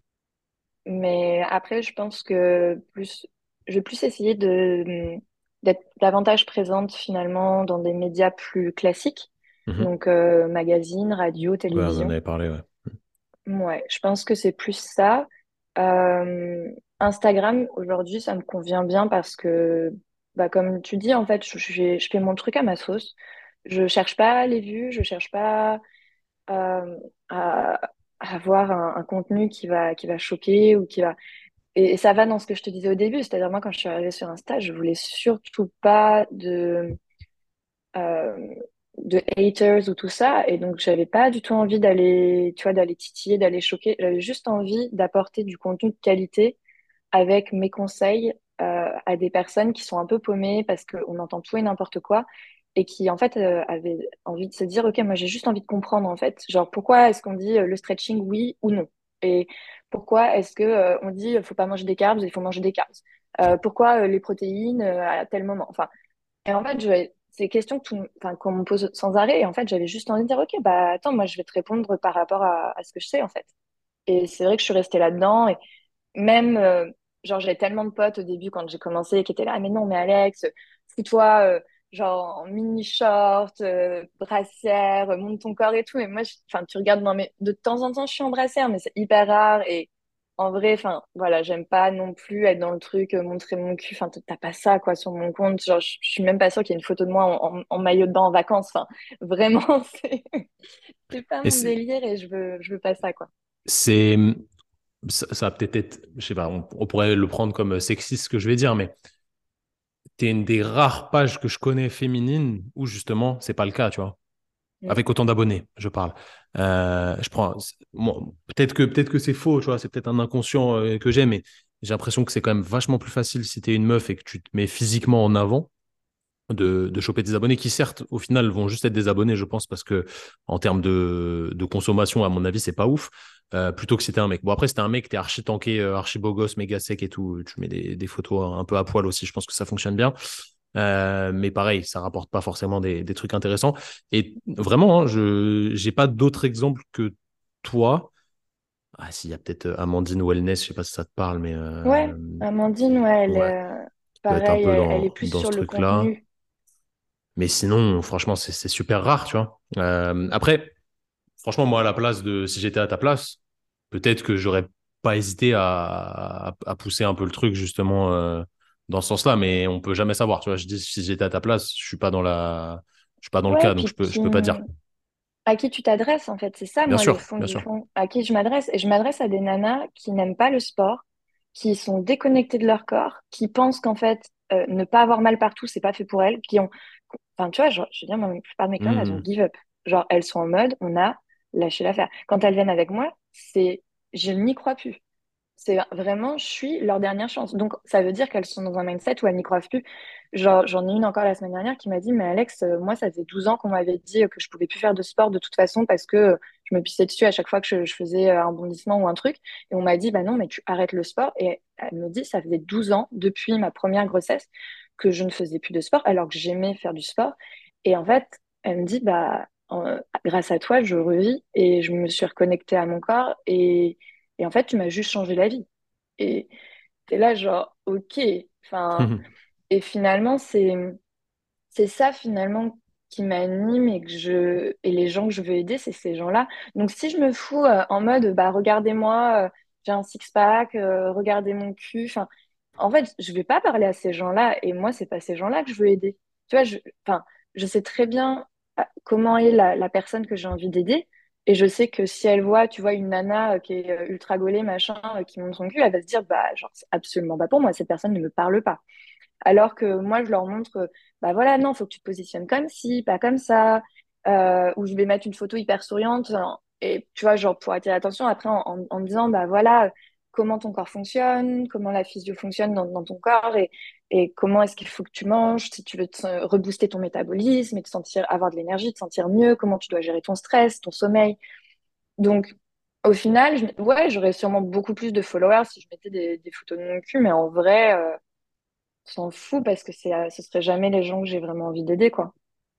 Mais après, je pense que plus, je vais plus essayer de, d'être davantage présente finalement dans des médias plus classiques, Mhm. donc euh, magazines, radio, Ouais, on en télévision. avait parlé, ouais. Ouais, je pense que c'est plus ça. Euh, Instagram, aujourd'hui, ça me convient bien parce que, bah, comme tu dis, en fait, je, je, je fais mon truc à ma sauce. Je cherche pas les vues, je cherche pas euh, à, à avoir un, un contenu qui va, qui va choquer ou qui va et, et ça va dans ce que je te disais au début, c'est-à-dire moi quand je suis arrivée sur Insta, je voulais surtout pas de euh, de haters ou tout ça, et donc j'avais pas du tout envie d'aller, tu vois, d'aller titiller, d'aller choquer. J'avais juste envie d'apporter du contenu de qualité avec mes conseils euh, à des personnes qui sont un peu paumées parce qu'on entend tout et n'importe quoi et qui en fait euh, avaient envie de se dire ok moi j'ai juste envie de comprendre en fait genre pourquoi est-ce qu'on dit euh, le stretching oui ou non et pourquoi est-ce que euh, on dit euh, faut pas manger des carbs il faut manger des carbs. Euh, pourquoi euh, les protéines euh, à tel moment enfin et en fait je c'est des questions que tout- enfin, qu'on me pose sans arrêt et en fait j'avais juste envie de dire ok bah attends moi je vais te répondre par rapport à, à ce que je sais en fait et c'est vrai que je suis restée là-dedans et même, euh, genre, j'avais tellement de potes au début quand j'ai commencé qui étaient là, mais non, mais Alex, fous-toi, euh, genre, en mini-short, euh, brassière, euh, monte ton corps et tout. Et moi, je- enfin, tu regardes dans mes... De temps en temps, je suis en brassière, mais c'est hyper rare. Et, en vrai, enfin, voilà, j'aime pas non plus être dans le truc, euh, montrer mon cul. Enfin, t- t'as pas ça, quoi, sur mon compte. Genre, je je suis même pas sûre qu'il y ait une photo de moi en, en- en maillot de bain en vacances. Enfin, vraiment, c'est, c'est pas Et mon c'est, délire et je veux, je veux pas ça, quoi. c'est, ça, ça va peut-être être, je sais pas, on, on pourrait le prendre comme sexiste ce que je vais dire, mais t'es une des rares pages que je connais féminines où justement c'est pas le cas, tu vois. Mm. Avec autant d'abonnés, je parle. Euh, je prends, moi, peut-être que peut-être que c'est faux, tu vois, c'est peut-être un inconscient euh, que j'ai, mais j'ai l'impression que c'est quand même vachement plus facile si t'es une meuf et que tu te mets physiquement en avant de, de choper des abonnés qui, certes, au final, vont juste être des abonnés, je pense, parce que en termes de, de consommation, à mon avis, c'est pas ouf. Euh, plutôt que c'était un mec. Bon, après, c'était un mec, t'es archi tanké, euh, archi beau gosse, méga sec et tout. Tu mets des, des photos un peu à poil aussi, je pense que ça fonctionne bien. Euh, mais pareil, ça rapporte pas forcément des, des trucs intéressants. Et vraiment, hein, je j'ai pas d'autres exemples que toi. Ah, s'il y a peut-être euh, Amandine Wellness, je sais pas si ça te parle, mais Ouais, euh, Amandine, qui ouais, elle, ouais, euh, peut être un pareil, peu elle, elle est dans, plus dans ce sur le truc-là. contenu. Mais sinon, franchement, c'est c'est super rare, tu vois. Euh, après, franchement, moi, à la place de, si j'étais à ta place, peut-être que j'aurais pas hésité à, à, à pousser un peu le truc, justement, euh, dans ce sens-là, mais on peut jamais savoir, tu vois. Je dis, si j'étais à ta place, je suis pas dans la, je suis pas dans le Ouais, cas, donc je puis peux, je qui, peux pas dire. à qui tu t'adresses, en fait. C'est ça, Bien moi, le sûr, fond bien du sûr. fond. À qui je m'adresse. Et je m'adresse à des nanas qui n'aiment pas le sport, qui sont déconnectées de leur corps, qui pensent qu'en fait, euh, ne pas avoir mal partout, c'est pas fait pour elles, qui ont, enfin, tu vois, genre, je veux dire, moi, la plupart de mes clientes, elles ont Hmm. give up. Genre, elles sont en mode, on a lâché l'affaire. Quand elles viennent avec moi, c'est, je n'y crois plus. C'est vraiment, je suis leur dernière chance. Donc, ça veut dire qu'elles sont dans un mindset où elles n'y croient plus. Genre, j'en ai une encore la semaine dernière qui m'a dit, mais Alex, euh, moi, ça faisait douze ans qu'on m'avait dit euh, que je pouvais plus faire de sport de toute façon parce que euh, je me pissais dessus à chaque fois que je, je faisais euh, un bondissement ou un truc. Et on m'a dit, bah non, mais tu arrêtes le sport. Et elle me dit, ça faisait douze ans depuis ma première grossesse que je ne faisais plus de sport alors que j'aimais faire du sport. Et en fait, elle me dit, bah, euh, grâce à toi, je revis et je me suis reconnectée à mon corps et et en fait, tu m'as juste changé la vie. Et t'es là, genre, ok. Enfin, et finalement, c'est, c'est ça, finalement, qui m'anime et que je, et les gens que je veux aider, c'est ces gens-là. Donc, si je me fous euh, en mode, bah, regardez-moi, euh, j'ai un six-pack, euh, regardez mon cul. Enfin, en fait, je vais pas parler à ces gens-là. Et moi, c'est pas ces gens-là que je veux aider. Tu vois, je, enfin, je sais très bien euh, comment est la, la personne que j'ai envie d'aider. Et je sais que si elle voit, tu vois, une nana euh, qui est euh, ultra gaulée, machin, euh, qui monte son cul, elle va se dire, bah, genre, c'est absolument pas pour moi, cette personne ne me parle pas. Alors que moi, je leur montre, euh, bah voilà, non, faut que tu te positionnes comme ci, pas comme ça, euh, ou je vais mettre une photo hyper souriante, euh, et tu vois, genre, pour attirer l'attention, après, en, en, en me disant, bah voilà, comment ton corps fonctionne, comment la physio fonctionne dans, dans ton corps, et, et comment est-ce qu'il faut que tu manges, si tu veux te, rebooster ton métabolisme et te sentir, avoir de l'énergie, te sentir mieux, comment tu dois gérer ton stress, ton sommeil. Donc, au final, je- ouais, j'aurais sûrement beaucoup plus de followers si je mettais des, des photos de mon cul, mais en vrai, euh, on s'en fout parce que c'est, euh, ce serait jamais les gens que j'ai vraiment envie d'aider, quoi.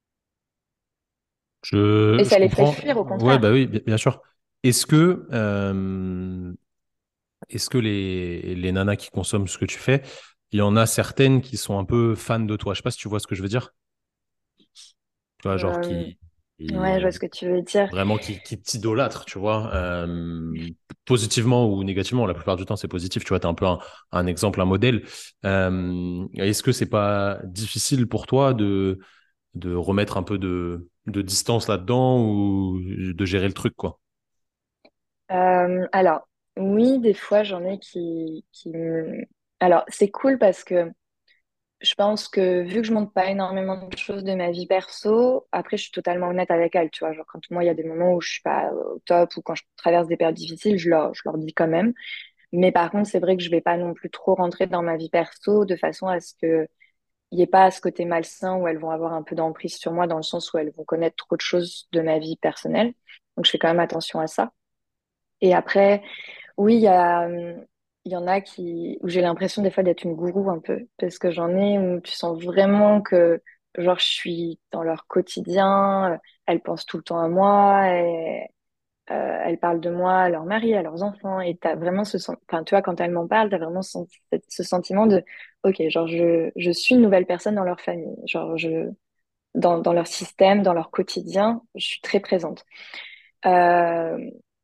Je, Et je ça les ferait comprends. fuir, au Ouais, bah contraire. oui, bi- bien sûr. Est-ce que, euh, est-ce que les, les nanas qui consomment ce que tu fais, il y en a certaines qui sont un peu fans de toi? Je sais pas si tu vois ce que je veux dire. Tu vois, genre Euh, qui, ouais, je qui- vois ce que tu veux dire. vraiment qui, qui t'idolâtrent, tu vois, euh, positivement ou négativement. La plupart du temps, c'est positif. Tu vois, t'es un peu un, un exemple, un modèle. Euh, est-ce que c'est pas difficile pour toi de, de remettre un peu de, de distance là-dedans ou de gérer le truc, quoi? Euh, alors, oui, des fois, j'en ai qui, qui me... Alors, c'est cool parce que je pense que vu que je montre pas énormément de choses de ma vie perso, après, je suis totalement honnête avec elles, tu vois. Genre, quand moi, il y a des moments où je suis pas au top ou quand je traverse des périodes difficiles, je leur, je leur dis quand même. Mais par contre, c'est vrai que je vais pas non plus trop rentrer dans ma vie perso de façon à ce que il n'y ait pas ce côté malsain où elles vont avoir un peu d'emprise sur moi dans le sens où elles vont connaître trop de choses de ma vie personnelle. Donc, je fais quand même attention à ça. Et après, oui, il y a, hum, il y en a qui, où j'ai l'impression des fois d'être une gourou un peu, parce que j'en ai où tu sens vraiment que, genre, je suis dans leur quotidien, euh, elles pensent tout le temps à moi, et, euh, elles parlent de moi à leur mari, à leurs enfants, et t'as vraiment ce, sen- enfin, tu vois, quand elles m'en parlent, t'as vraiment ce, ce sentiment de, ok, genre, je, je suis une nouvelle personne dans leur famille, genre, je, dans, dans leur système, dans leur quotidien, je suis très présente. Euh,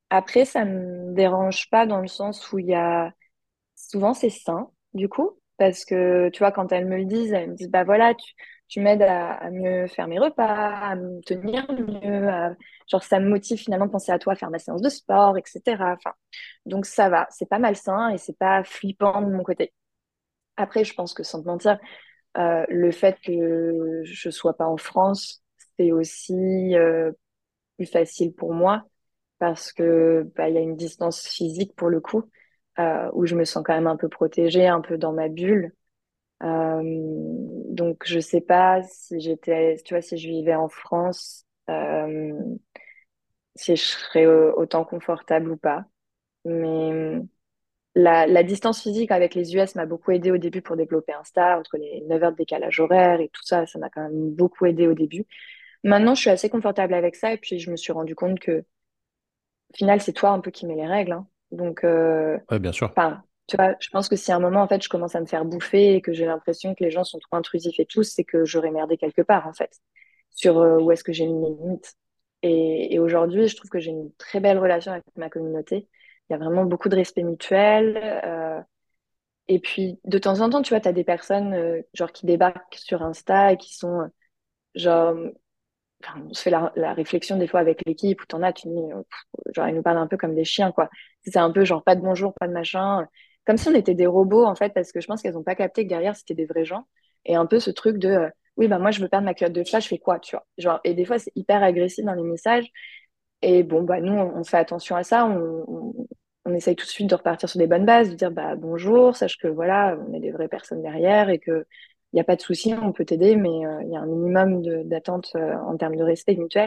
Après, ça me dérange pas dans le sens où il y a souvent c'est sain, du coup, parce que tu vois, quand elles me le disent, elles me disent bah voilà, tu, tu m'aides à, à mieux faire mes repas, à me tenir mieux, à- genre ça me motive finalement de penser à toi, faire ma séance de sport, et cetera. Enfin, donc ça va, c'est pas malsain et c'est pas flippant de mon côté. Après, je pense que sans te mentir, euh, le fait que je sois pas en France, c'est aussi euh, plus facile pour moi parce que bah, il y a une distance physique pour le coup, euh, où je me sens quand même un peu protégée, un peu dans ma bulle. Euh, donc je sais pas si j'étais, tu vois, si je vivais en France, euh, si je serais euh, autant confortable ou pas. Mais la, la distance physique avec les U S m'a beaucoup aidé au début pour développer Insta, entre les neuf heures de décalage horaire et tout ça, ça m'a quand même beaucoup aidé au début. Maintenant, je suis assez confortable avec ça et puis je me suis rendu compte que au final, c'est toi un peu qui mets les règles, hein. Donc, euh, Ouais, bien sûr. enfin, tu vois, je pense que si à un moment, en fait, je commence à me faire bouffer et que j'ai l'impression que les gens sont trop intrusifs et tout, c'est que j'aurais merdé quelque part, en fait, sur euh, où est-ce que j'ai mis mes limites. Et, et aujourd'hui, je trouve que j'ai une très belle relation avec ma communauté. Il y a vraiment beaucoup de respect mutuel. euh, et puis, de temps en temps, tu vois, tu as des personnes, euh, genre, qui débarquent sur Insta et qui sont, euh, genre, enfin, on se fait la, la réflexion des fois avec l'équipe où t'en as, tu dis, euh, pff, genre, ils nous parlent un peu comme des chiens, quoi. C'est un peu genre, pas de bonjour, pas de machin. Comme si on était des robots, en fait, parce que je pense qu'elles ont pas capté que derrière, c'était des vrais gens. Et un peu ce truc de, euh, oui, bah, moi, je veux perdre ma culotte de chat, je fais quoi, tu vois. Genre, et des fois, c'est hyper agressif dans les messages. Et bon, bah, nous, on, on fait attention à ça. On, on, on essaye tout de suite de repartir sur des bonnes bases, de dire, bah, bonjour, sache que voilà, on est des vraies personnes derrière et que il n'y a pas de souci, on peut t'aider, mais euh, il y a un minimum de- d'attente euh, en termes de respect mutuel.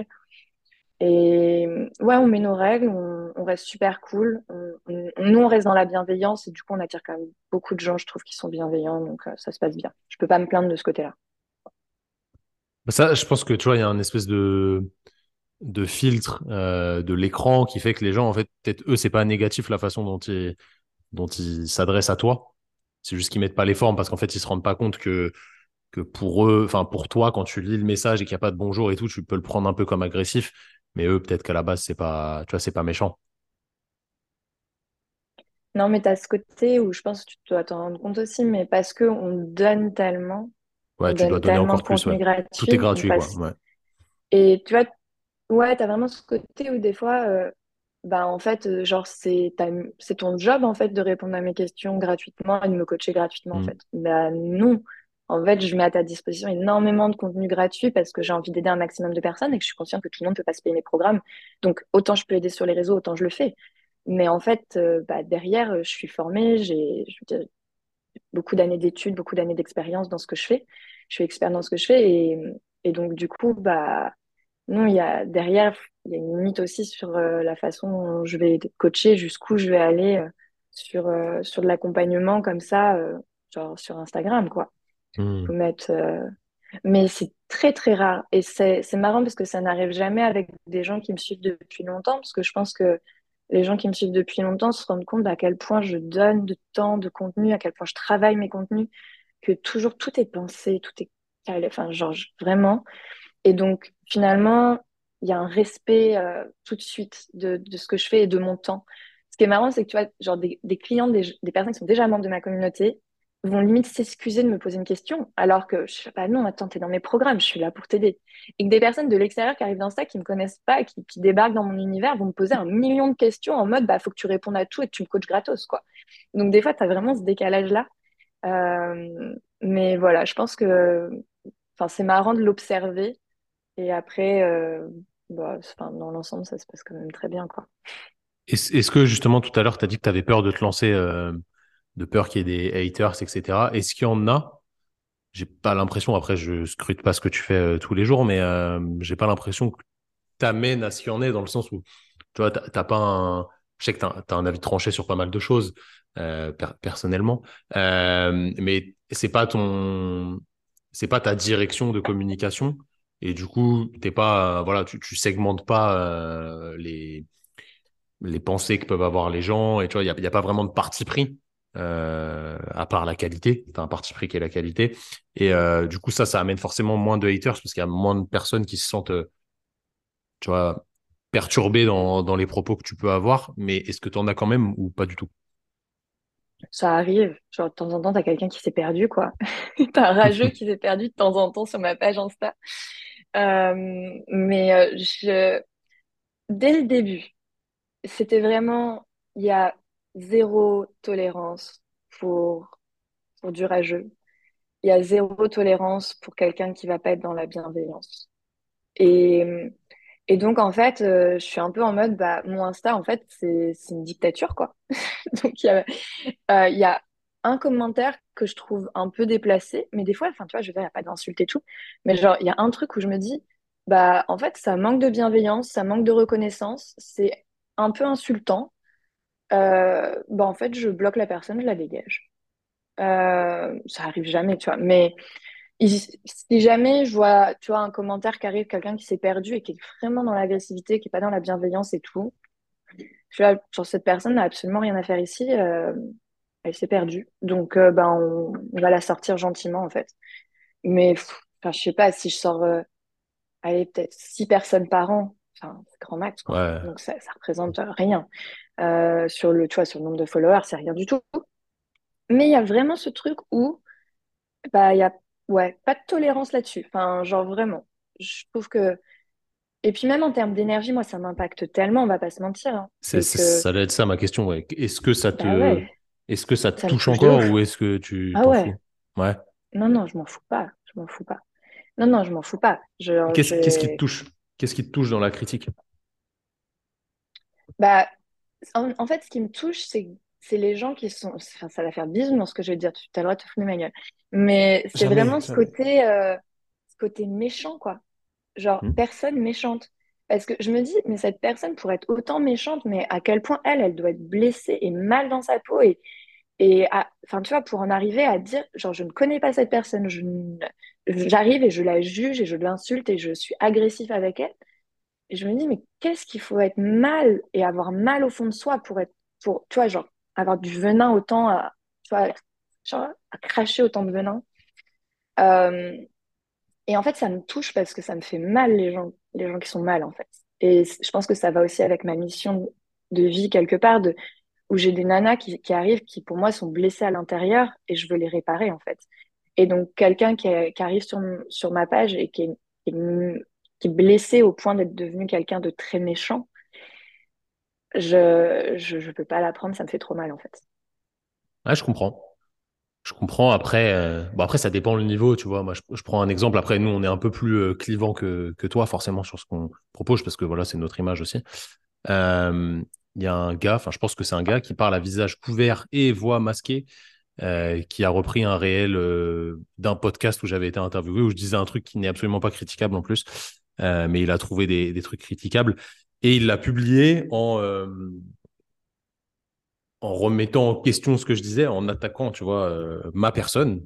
Et ouais, on met nos règles, on, on reste super cool. On, on- nous, on reste dans la bienveillance et du coup, on attire quand même beaucoup de gens, je trouve, qui sont bienveillants, donc euh, ça se passe bien. Je peux pas me plaindre de ce côté-là. Bah, ça, je pense que tu vois, il y a un espèce de, de filtre euh, de l'écran qui fait que les gens, en fait, peut-être eux, c'est pas négatif la façon dont ils, dont ils s'adressent à toi. C'est juste qu'ils mettent pas les formes parce qu'en fait, ils se rendent pas compte que, que pour eux, enfin, pour toi, quand tu lis le message et qu'il n'y a pas de bonjour et tout, tu peux le prendre un peu comme agressif. Mais eux, peut-être qu'à la base, c'est pas, tu vois, c'est pas méchant. Non, mais tu as ce côté où je pense que tu dois t'en rendre compte aussi, mais parce que on donne tellement, Ouais, on tu dois donne donner tellement encore de plus, ouais. contenu Tout est gratuit, on gratuit, quoi. passe. Ouais. Et tu vois, ouais, t'as vraiment ce côté où des fois, euh, bah en fait, euh, genre c'est ta- c'est ton job en fait de répondre à mes questions gratuitement et de me coacher gratuitement en Mm. fait. Bah non, en fait, je mets à ta disposition énormément de contenu gratuit parce que j'ai envie d'aider un maximum de personnes et que je suis consciente que tout le monde ne peut pas se payer mes programmes. Donc autant je peux aider sur les réseaux, autant je le fais. Mais en fait, euh, bah, derrière, euh, je suis formée, j'ai je veux dire, beaucoup d'années d'études, beaucoup d'années d'expérience dans ce que je fais. Je suis experte dans ce que je fais et, et donc du coup, bah non, il y a derrière, il y a une limite aussi sur euh, la façon dont je vais coacher, jusqu'où je vais aller euh, sur, euh, sur de l'accompagnement comme ça, euh, genre sur Instagram, quoi. Mm. Faut mettre, euh, Mais c'est très, très rare. Et c'est, c'est marrant parce que ça n'arrive jamais avec des gens qui me suivent depuis longtemps, parce que je pense que les gens qui me suivent depuis longtemps se rendent compte à quel point je donne de temps, de contenu, à quel point je travaille mes contenus, que toujours tout est pensé, tout est calé, enfin, genre, je- vraiment. Et donc, finalement, il y a un respect euh, tout de suite de, de ce que je fais et de mon temps. Ce qui est marrant, c'est que tu vois, genre des, des clients, des, des personnes qui sont déjà membres de ma communauté vont limite s'excuser de me poser une question, alors que je sais pas, non, attends, t'es dans mes programmes, je suis là pour t'aider. Et que des personnes de l'extérieur qui arrivent dans ça, qui me connaissent pas, qui, qui débarquent dans mon univers, vont me poser un million de questions en mode, bah, faut que tu répondes à tout et que tu me coaches gratos, quoi. Donc, des fois, tu as vraiment ce décalage-là. Euh, mais voilà, je pense que, enfin, c'est marrant de l'observer et après, euh, bah, c'est- enfin, dans l'ensemble, ça se passe quand même très bien, quoi. Est-ce est-ce que justement tout à l'heure, tu as dit que tu avais peur de te lancer, euh, de peur qu'il y ait des haters, et cetera. Est-ce qu'il y en a? J'ai pas l'impression, après je scrute pas ce que tu fais euh, tous les jours, mais euh, j'ai pas l'impression que t'amènes à ce qu'il y en ait dans le sens où, tu vois, t'as t'as pas un... Je sais que t'as, t'as un avis tranché sur pas mal de choses, euh, per- personnellement, euh, mais c'est pas ton... c'est pas ta direction de communication, et du coup, t'es pas... euh, voilà, tu, tu segmentes pas euh, les les pensées que peuvent avoir les gens. Et tu vois, il n'y a, y a pas vraiment de parti pris, euh, à part la qualité. Tu as un parti pris qui est la qualité. Et euh, du coup, ça, ça amène forcément moins de haters parce qu'il y a moins de personnes qui se sentent, euh, tu vois. perturbé dans, dans les propos que tu peux avoir, mais est-ce que tu en as quand même ou pas du tout? Ça arrive. Genre, de temps en temps, t'as quelqu'un qui s'est perdu, quoi. T'as un rageux qui s'est perdu de temps en temps sur ma page Insta. Euh, mais euh, je... dès le début, c'était vraiment, il y a zéro tolérance pour, pour du rageux. Il y a zéro tolérance pour quelqu'un qui va pas être dans la bienveillance. Et, et donc, en fait, euh, je suis un peu en mode, bah, mon Insta, en fait, c'est, c'est une dictature, quoi. Donc, il y a, euh, il y a un commentaire que je trouve un peu déplacé, mais des fois, enfin, tu vois, je veux dire, il n'y a pas d'insulte et tout. Mais genre, il y a un truc où je me dis, bah, en fait, ça manque de bienveillance, ça manque de reconnaissance, c'est un peu insultant. Euh, bah, en fait, je bloque la personne, je la dégage. Euh, ça arrive jamais, tu vois. Mais il- si jamais je vois, tu vois, un commentaire qui arrive, quelqu'un qui s'est perdu et qui est vraiment dans l'agressivité, qui est pas dans la bienveillance et tout, je suis là, genre, cette personne n'a absolument rien à faire ici. Euh, elle s'est perdue. Donc, euh, ben, on, on va la sortir gentiment, en fait. Mais, pff, enfin, je sais pas, si je sors, euh, allez, peut-être six personnes par an, enfin, c'est grand max, quoi. Ouais, Donc, ça, ça représente rien. Euh, sur le, tu vois, sur le nombre de followers, c'est rien du tout. Mais il y a vraiment ce truc où, bah, il y a, ouais, pas de tolérance là-dessus. Enfin, genre, vraiment. Je trouve que, et puis même en termes d'énergie, moi, ça m'impacte tellement, on va pas se mentir, hein. c'est, C'est c'est- que, ça allait être ça ma question. Ouais. Est-ce que ça bah te, ouais, est-ce que ça te ça me touche touche de encore ouf. ou est-ce que tu Ah t'en ouais. fous? Ouais. Non, non, je m'en fous pas. Je m'en fous pas. Non, non, je m'en fous pas. Et Je, Qu'est-ce, qu'est-ce qui te je... touche? Qu'est-ce qui te touche dans la critique? Bah, en, en fait, ce qui me touche, c'est c'est les gens qui sont... Enfin, ça va faire bisounours ce que je vais te dire. Tu as le droit de te foutre de ma gueule. Mais c'est Jamais, vraiment ce jamais. côté, euh, ce côté méchant, quoi. Genre, Hmm. personne méchante. Parce que je me dis, mais cette personne pourrait être autant méchante, mais à quel point elle, elle doit être blessée et mal dans sa peau. Et, et à- enfin, tu vois, pour en arriver à dire, genre, je ne connais pas cette personne, je ne- j'arrive et je la juge et je l'insulte et je suis agressif avec elle. Et je me dis, mais qu'est-ce qu'il faut être mal et avoir mal au fond de soi pour être, pour, tu vois, genre, avoir du venin autant à, tu vois, genre, à cracher autant de venin. Euh, et en fait, ça me touche parce que ça me fait mal, les gens, les gens qui sont mal, en fait. Et c- je pense que ça va aussi avec ma mission de vie, quelque part, de, où j'ai des nanas qui, qui arrivent, qui pour moi sont blessées à l'intérieur et je veux les réparer, en fait. Et donc, quelqu'un qui, est- qui arrive sur, m- sur ma page et qui est, qui est, qui est blessé au point d'être devenu quelqu'un de très méchant, je, je, je peux pas l'apprendre, ça me fait trop mal, en fait. Ouais, je comprends. Je comprends. Après, euh, bon, après, ça dépend le niveau, tu vois. Moi, je, je prends un exemple. Après, nous, on est un peu plus euh, clivant que, que toi, forcément, sur ce qu'on propose, parce que voilà, c'est notre image aussi. Euh, Il y a un gars, enfin, je pense que c'est un gars qui parle à visage couvert et voix masquée, euh, qui a repris un réel euh, d'un podcast où j'avais été interviewé, où je disais un truc qui n'est absolument pas critiquable en plus, Euh, mais il a trouvé des, des trucs critiquables et il l'a publié en, euh, en remettant en question ce que je disais, en attaquant, tu vois, euh, ma personne.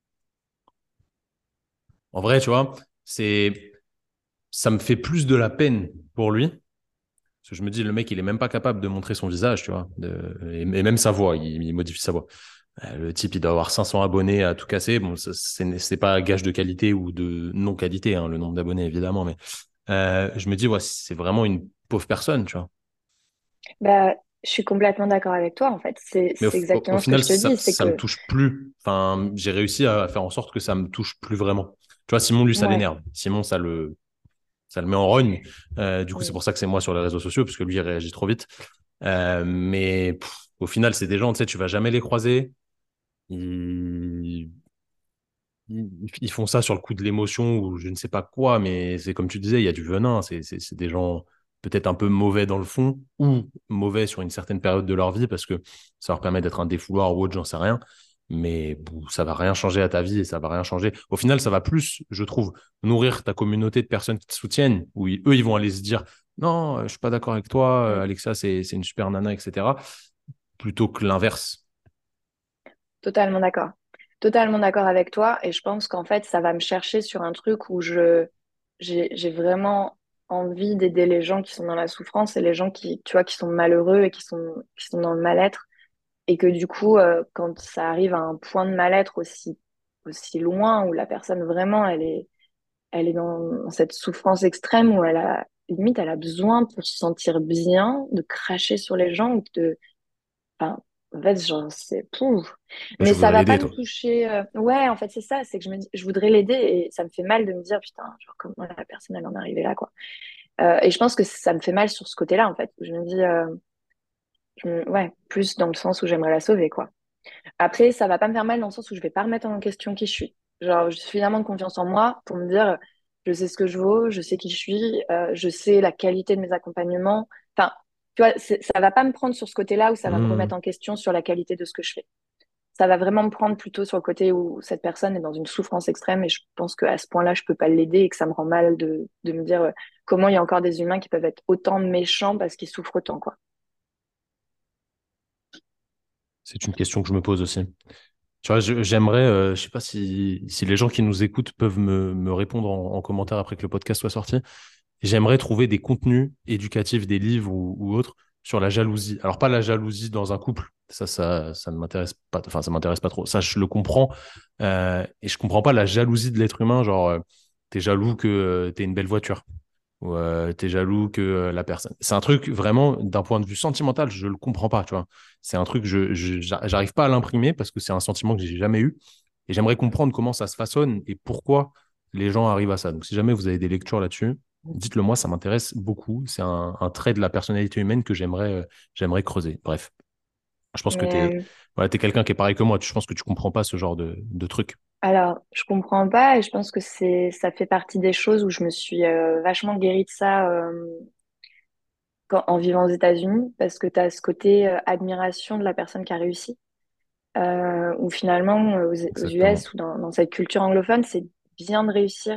En vrai, tu vois, c'est, ça me fait plus de la peine pour lui. Parce que je me dis, le mec, il est même pas capable de montrer son visage, tu vois, de, et, et même sa voix, il, il modifie sa voix. Euh, Le type, il doit avoir cinq cents abonnés à tout casser. Bon, ça, c'est c'est pas gage de qualité ou de non-qualité, hein, le nombre d'abonnés, évidemment, mais euh, je me dis, ouais, c'est vraiment une pauvre personne, tu vois. Bah, je suis complètement d'accord avec toi, en fait. C'est, Mais au, c'est au- au exactement ce que final, je te ça, dis, c'est ça me que, touche plus. Enfin, j'ai réussi à faire en sorte que ça me touche plus vraiment. Tu vois, Simon, lui, ça ouais. l'énerve. Simon, ça le, ça le met en rogne. Euh, du coup, c'est Mm. pour ça que c'est moi sur les réseaux sociaux, parce que lui, il réagit trop vite. Euh, mais pff, au final, c'est des gens, tu sais, tu vas jamais les croiser. Ils, ils, ils font ça sur le coup de l'émotion ou je ne sais pas quoi, mais c'est comme tu disais, il y a du venin. C'est c'est- c'est des gens peut-être un peu mauvais dans le fond ou mauvais sur une certaine période de leur vie parce que ça leur permet d'être un défouloir ou autre, j'en sais rien. Mais bon, ça va rien changer à ta vie et ça va rien changer. Au final, ça va plus, je trouve, nourrir ta communauté de personnes qui te soutiennent, où ils- eux, ils vont aller se dire, non, euh, je suis pas d'accord avec toi, euh, Mm. Alexa, c'est c'est une super nana, et cetera. Plutôt que l'inverse. Totalement d'accord. Totalement d'accord avec toi. Et je pense qu'en fait, ça va me chercher sur un truc où je, j'ai, j'ai vraiment envie d'aider les gens qui sont dans la souffrance et les gens qui, tu vois, qui sont malheureux et qui sont, qui sont dans le mal-être. Et que du coup, euh, quand ça arrive à un point de mal-être aussi, aussi loin où la personne vraiment, elle est, elle est dans, dans cette souffrance extrême où elle a limite, elle a besoin pour se sentir bien de cracher sur les gens ou de, enfin, en fait, genre, c'est pouf. Bah, tu Mais ça voudrais va l'aider, pas me toi. toucher. euh, Ouais, en fait, c'est ça, c'est que je me dis, je voudrais l'aider et ça me fait mal de me dire, putain, genre, comment la personne, elle en est arrivée là, quoi. Euh, et je pense que ça me fait mal sur ce côté-là, en fait. Où je me dis, euh, je me- ouais, plus dans le sens où j'aimerais la sauver, quoi. Après, ça va pas me faire mal dans le sens où je vais pas remettre en question qui je suis. Genre, j'ai suffisamment de confiance en moi pour me dire, je sais ce que je vaux, je sais qui je suis, euh, je sais la qualité de mes accompagnements. Enfin, tu vois, c'est- ça va pas me prendre sur ce côté-là où ça va me remettre Mmh. en question sur la qualité de ce que je fais. Ça va vraiment me prendre plutôt sur le côté où cette personne est dans une souffrance extrême et je pense qu'à ce point-là, je peux pas l'aider et que ça me rend mal de, de me dire euh, comment il y a encore des humains qui peuvent être autant méchants parce qu'ils souffrent autant, quoi. C'est une question que je me pose aussi. Tu vois, je- j'aimerais, euh, je sais pas si, si les gens qui nous écoutent peuvent me, me répondre en, en commentaire après que le podcast soit sorti. J'aimerais trouver des contenus éducatifs, des livres ou, ou autres sur la jalousie. Alors pas la jalousie dans un couple, ça, ça, ça ne m'intéresse pas. Enfin, ça m'intéresse pas trop. Ça, je le comprends, euh, et je comprends pas la jalousie de l'être humain. Genre, euh, t'es jaloux que euh, t'aies une belle voiture ou euh, t'es jaloux que euh, la personne. C'est un truc vraiment d'un point de vue sentimental, je le comprends pas. Tu vois, c'est un truc je, je j'arrive pas à l'imprimer parce que c'est un sentiment que j'ai jamais eu et j'aimerais comprendre comment ça se façonne et pourquoi les gens arrivent à ça. Donc, si jamais vous avez des lectures là-dessus, dites-le moi, ça m'intéresse beaucoup. C'est un, un trait de la personnalité humaine que j'aimerais euh, j'aimerais creuser. Bref, je pense que tu es, Mais euh, voilà, t'es quelqu'un qui est pareil que moi. Je pense que tu comprends pas ce genre de, de truc. alors, je comprends pas et je pense que c'est, ça fait partie des choses où je me suis euh, vachement guérie de ça euh, quand- en vivant aux États-Unis parce que tu as ce côté euh, admiration de la personne qui a réussi. Euh, où finalement, euh, aux, aux Exactement. U S ou dans, dans cette culture anglophone, c'est bien de réussir.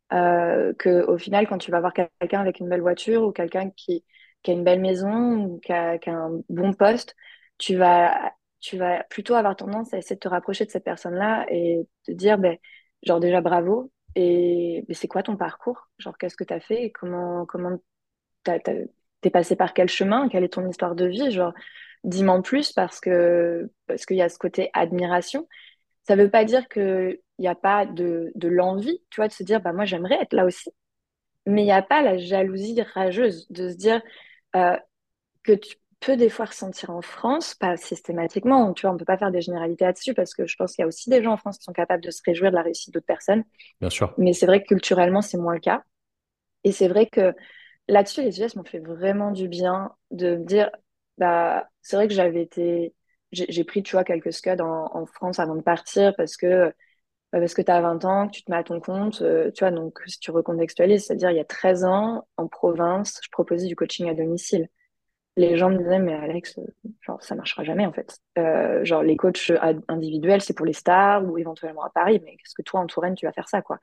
Euh, que au final, quand tu vas voir quelqu'un avec une belle voiture ou quelqu'un qui, qui a une belle maison ou qui a, qui a un bon poste, tu vas, tu vas plutôt avoir tendance à essayer de te rapprocher de cette personne-là et te dire, ben, genre déjà bravo. Et ben, c'est quoi ton parcours? Genre, qu'est-ce que tu as fait? Et comment, comment t'as, t'as- t'es passé par quel chemin? Quelle est ton histoire de vie? Genre, dis-moi en plus parce que parce qu'il y a ce côté admiration. Ça veut pas dire que il y a pas de, de l'envie, tu vois, de se dire bah moi j'aimerais être là aussi. Mais il n'y a pas la jalousie rageuse de se dire euh, que tu peux des fois ressentir en France, pas systématiquement, tu vois, on peut pas faire des généralités là-dessus parce que je pense qu'il y a aussi des gens en France qui sont capables de se réjouir de la réussite d'autres personnes. Bien sûr. Mais c'est vrai que culturellement, c'est moins le cas. Et c'est vrai que là-dessus, les U S m'ont fait vraiment du bien de me dire, bah, c'est vrai que j'avais été, j'ai j'ai pris, tu vois, quelques scuds en, en France avant de partir parce que, bah, parce que tu as vingt ans, que tu te mets à ton compte, euh, tu vois, donc si tu recontextualises, c'est-à-dire il y a treize ans, en province, je proposais du coaching à domicile. Les gens me disaient, mais Alex, euh, genre, ça marchera jamais en fait. Euh, genre, les coachs ad- individuels, c'est pour les stars ou éventuellement à Paris, mais qu'est-ce que toi, en Touraine, tu vas faire ça, quoi?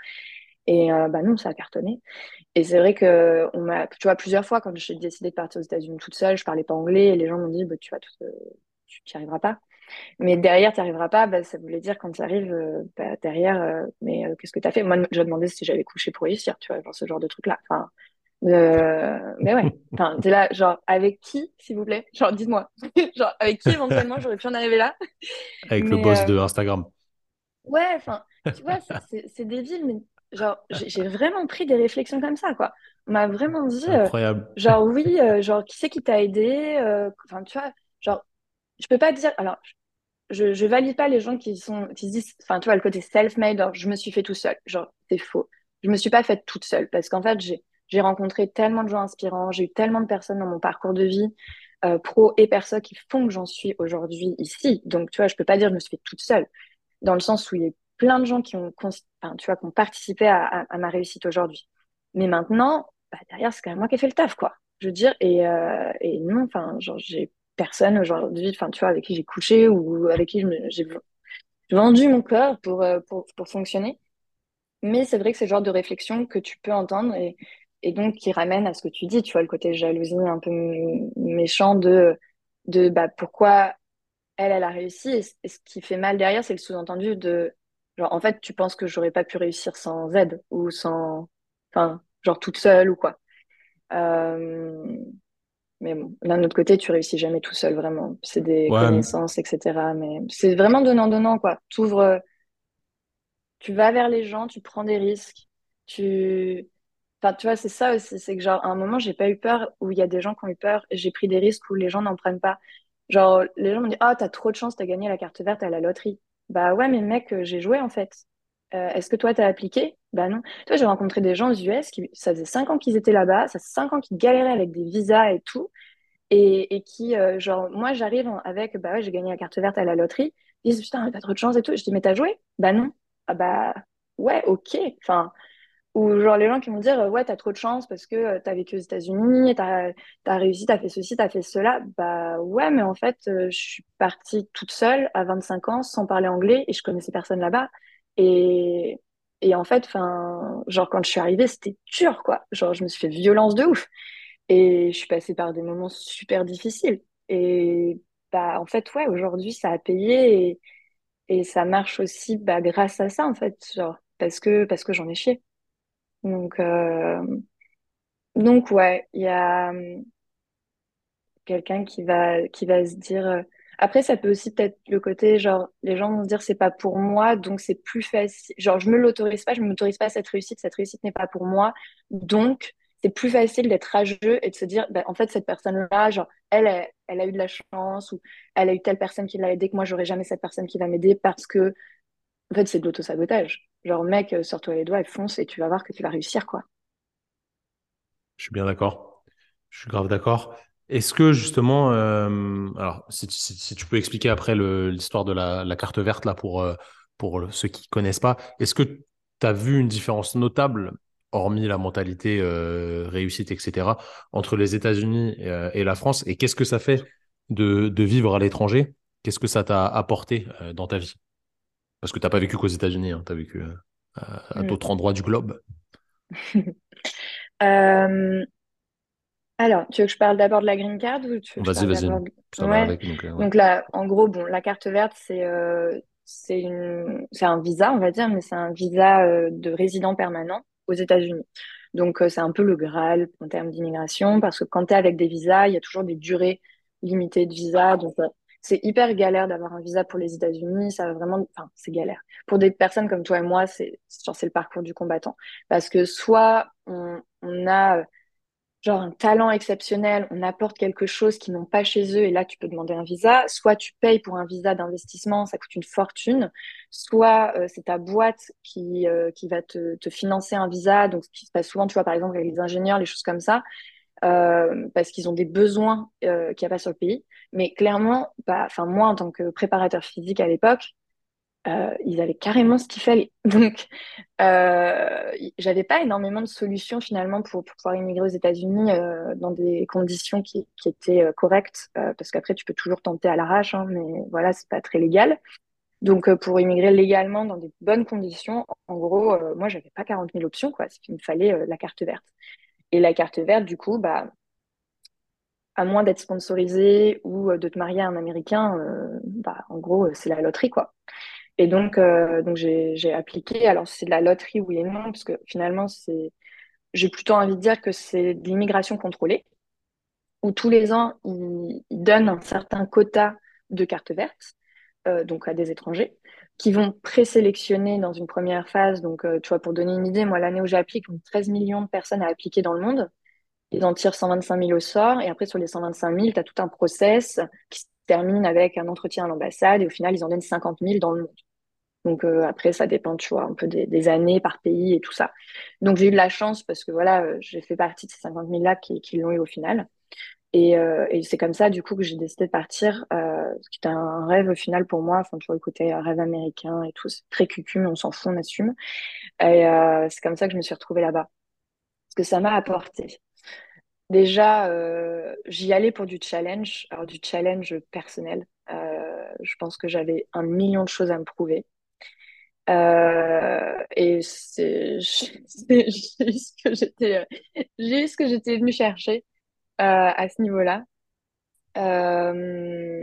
Et euh, bah non, ça a cartonné. Et c'est vrai que on m'a, tu vois, plusieurs fois, quand j'ai décidé de partir aux États-Unis toute seule, je parlais pas anglais et les gens m'ont dit, bah, tu vas, tout- euh, tu n'y arriveras pas. Mais derrière, tu n'y arriveras pas, bah, ça voulait dire quand tu arrives, euh, bah, derrière, euh, mais euh, qu'est-ce que tu as fait? Moi, je demandais si j'avais couché pour réussir, tu vois, genre ce genre de truc-là. Enfin, euh, mais ouais. Enfin, t'es là, genre, avec qui, s'il vous plaît? Genre, dites-moi. Genre, avec qui éventuellement j'aurais pu en arriver là? Avec le Mais, boss euh, de Instagram. ouais, enfin, tu vois, c'est c'est- c'est débile, mais genre, j'ai j'ai vraiment pris des réflexions comme ça, quoi. On m'a vraiment dit, euh, Incroyable. genre, oui, euh, genre, qui c'est qui t'a aidé? euh, Enfin, tu vois, genre, je peux pas dire. Alors, je, je valide pas les gens qui sont, qui se disent, enfin, tu vois, le côté self-made, genre, je me suis fait tout seul. Genre, c'est faux. Je me suis pas faite toute seule parce qu'en fait, j'ai j'ai rencontré tellement de gens inspirants, j'ai eu tellement de personnes dans mon parcours de vie, euh, pro et perso, qui font que j'en suis aujourd'hui ici. Donc, tu vois, je peux pas dire que je me suis fait toute seule dans le sens où il y a plein de gens qui ont, cons- enfin, tu vois, qui ont participé à, à- à ma réussite aujourd'hui. Mais maintenant, bah, derrière, c'est quand même moi qui ai fait le taf, quoi. Je veux dire, et, euh, et non, enfin, genre, j'ai personne aujourd'hui, enfin, tu vois, avec qui j'ai couché ou avec qui je me- j'ai vendu mon corps pour, euh, pour, pour fonctionner. Mais c'est vrai que c'est le genre de réflexion que tu peux entendre et, et donc qui ramène à ce que tu dis, tu vois, le côté jalousie un peu m- méchant de, de bah, pourquoi elle, elle a réussi. Et, c- et ce qui fait mal derrière, c'est le sous-entendu de, genre, en fait, tu penses que j'aurais pas pu réussir sans aide ou sans, enfin, genre toute seule ou quoi. Euh, mais bon, d'un autre côté, tu réussis jamais tout seul, vraiment. C'est des Ouais, connaissances, et cetera. Mais c'est vraiment donnant-donnant, quoi. T'ouvres, tu vas vers les gens, tu prends des risques, tu, enfin, tu vois, c'est ça aussi, c'est que genre, à un moment, j'ai pas eu peur où il y a des gens qui ont eu peur, j'ai pris des risques où les gens n'en prennent pas. Genre, les gens me disent, ah, t'as trop de chance, t'as gagné la carte verte à la loterie. Bah ouais, mais mec, euh, j'ai joué en fait. Euh, est-ce que toi, t'as appliqué? Bah non. Toi, j'ai rencontré des gens aux U S qui, ça faisait cinq ans qu'ils étaient là-bas, ça fait cinq ans qu'ils galéraient avec des visas et tout, et, et qui, euh, genre, moi, j'arrive en- avec, bah ouais, j'ai gagné la carte verte à la loterie, ils disent, putain, t'as trop de chance et tout. Je dis, mais t'as joué? Bah non. Ah bah, ouais, ok. Enfin, ou genre les gens qui vont dire, euh, ouais, t'as trop de chance parce que euh, t'as vécu aux États-Unis, t'as, t'as réussi, t'as fait ceci, t'as fait cela. Bah ouais, mais en fait, euh, je suis partie toute seule à vingt-cinq ans sans parler anglais et je connaissais personne là-bas. Et, et en fait, enfin, genre quand je suis arrivée, c'était dur, quoi. Genre, je me suis fait violence de ouf. Et je suis passée par des moments super difficiles. Et bah, en fait, ouais, aujourd'hui, ça a payé et, et ça marche aussi bah, grâce à ça, en fait, genre, parce que, parce que j'en ai chié. Donc, euh, donc ouais, il y a hum, quelqu'un qui va, qui va se dire. euh, Après, ça peut aussi peut-être le côté, genre, les gens vont se dire c'est pas pour moi, donc c'est plus facile. Genre, je me l'autorise pas, je m'autorise pas cette réussite, cette réussite n'est pas pour moi, donc c'est plus facile d'être rageux et de se dire, bah, en fait, cette personne-là, genre, elle, elle, elle a eu de la chance ou elle a eu telle personne qui l'a aidé que moi, j'aurais jamais cette personne qui va m'aider parce que, en fait, c'est de l'auto-sabotage. Genre, mec, euh, sors-toi les doigts et fonce et tu vas voir que tu vas réussir, quoi. Je suis bien d'accord. Je suis grave d'accord. Est-ce que justement, euh, alors si, si- si tu peux expliquer après le- l'histoire de la, la carte verte là pour, euh, pour ceux qui connaissent pas, est-ce que tu as vu une différence notable, hormis la mentalité euh, réussite, et cetera, entre les États-Unis euh, et la France? Et qu'est-ce que ça fait de, de vivre à l'étranger? Qu'est-ce que ça t'a apporté euh, dans ta vie? Parce que t'as pas vécu qu'aux États-Unis, hein, tu as vécu euh, à, à Mm. d'autres endroits du globe. Euh, Alors, tu veux que je parle d'abord de la green card ou tu veux que je Vas-y, parle vas-y, d'abord de... ça va Ouais. avec. Donc, euh, ouais. Donc là, en gros, bon, la carte verte, c'est euh, c'est une... c'est un visa, on va dire, mais c'est un visa euh, de résident permanent aux États-Unis. Donc, euh, c'est un peu le Graal en termes d'immigration, parce que quand tu es avec des visas, il y a toujours des durées limitées de visa. Donc, euh, c'est hyper galère d'avoir un visa pour les États-Unis. Ça va vraiment... Enfin, c'est galère. Pour des personnes comme toi et moi, c'est genre, c'est le parcours du combattant. Parce que soit on, on a genre un talent exceptionnel, on apporte quelque chose qu'ils n'ont pas chez eux et là tu peux demander un visa, soit tu payes pour un visa d'investissement, ça coûte une fortune, soit euh, c'est ta boîte qui, euh, qui va te, te financer un visa, donc ce qui se passe souvent, tu vois, par exemple avec les ingénieurs, les choses comme ça, euh, parce qu'ils ont des besoins euh, qu'il n'y a pas sur le pays. Mais clairement, bah, enfin moi en tant que préparateur physique à l'époque, euh, ils avaient carrément ce qu'il fallait. Donc, euh, j'avais pas énormément de solutions finalement pour, pour pouvoir immigrer aux États-Unis euh, dans des conditions qui, qui étaient euh, correctes, euh, parce qu'après tu peux toujours tenter à l'arrache, hein, mais voilà, c'est pas très légal. Donc, euh, pour immigrer légalement dans des bonnes conditions, en gros, euh, moi, j'avais pas quarante mille options, quoi. C'est qu'il me fallait euh, la carte verte. Et la carte verte, du coup, bah, à moins d'être sponsorisé ou euh, de te marier à un Américain, euh, bah, en gros, euh, c'est la loterie, quoi. Et donc, euh, donc j'ai, j'ai appliqué. Alors, c'est de la loterie, oui et non, parce que finalement, c'est, j'ai plutôt envie de dire que c'est de l'immigration contrôlée, où tous les ans, ils, ils donnent un certain quota de cartes vertes, euh, donc à des étrangers, qui vont présélectionner dans une première phase. Donc, euh, tu vois, pour donner une idée, moi, l'année où j'applique, on a treize millions de personnes à appliquer dans le monde. Ils en tirent cent vingt-cinq mille au sort, et après, sur les cent vingt-cinq mille, tu as tout un process qui se termine avec un entretien à l'ambassade, et au final, ils en donnent cinquante mille dans le monde. Donc euh, après, ça dépend, tu vois, un peu des, des années par pays et tout ça. Donc j'ai eu de la chance parce que voilà, euh, j'ai fait partie de ces cinquante mille là qui, qui l'ont eu au final. Et, euh, et c'est comme ça, du coup, que j'ai décidé de partir, euh, ce qui était un rêve au final pour moi. Enfin, tu vois, le côté euh, rêve américain et tout, c'est très cucu, mais on s'en fout, on assume. Et euh, c'est comme ça que je me suis retrouvée là-bas. Ce que ça m'a apporté. Déjà, euh, j'y allais pour du challenge, alors du challenge personnel. Euh, je pense que j'avais un million de choses à me prouver. Euh, et c'est c'est- j'ai eu ce que j'étais euh, j'ai eu ce que j'étais venue chercher euh, à ce niveau-là. Euh,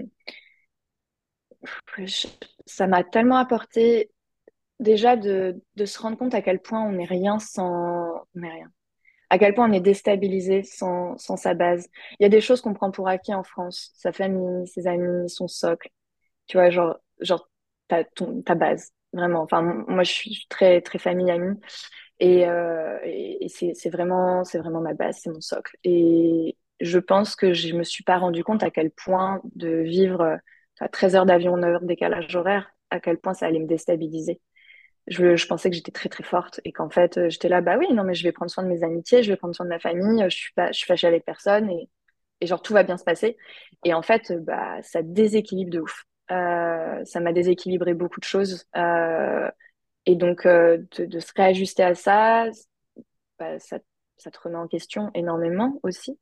je- Ça m'a tellement apporté déjà de, de se rendre compte à quel point on n'est rien sans on n'est rien. À quel point on est déstabilisé sans, sans sa base. Il y a des choses qu'on prend pour acquis en France, sa famille, ses amis, son socle. Tu vois, genre, genre ta, ton, ta base, vraiment. Enfin, moi, je suis très, très famille, amie. Et, euh, et, et c'est, c'est vraiment, c'est vraiment ma base, c'est mon socle. Et je pense que je me suis pas rendu compte à quel point de vivre euh, à treize heures d'avion, neuf heures de décalage horaire, à quel point ça allait me déstabiliser. Je, je pensais que j'étais très très forte et qu'en fait euh, j'étais là, bah oui, non mais je vais prendre soin de mes amitiés, je vais prendre soin de ma famille, euh, je suis pas, je suis fâchée avec personne et, et genre tout va bien se passer. Et en fait, euh, bah ça déséquilibre de ouf. Euh, ça m'a déséquilibré beaucoup de choses. Euh, et donc euh, de, de se réajuster à ça, bah, ça, ça te remet en question énormément aussi.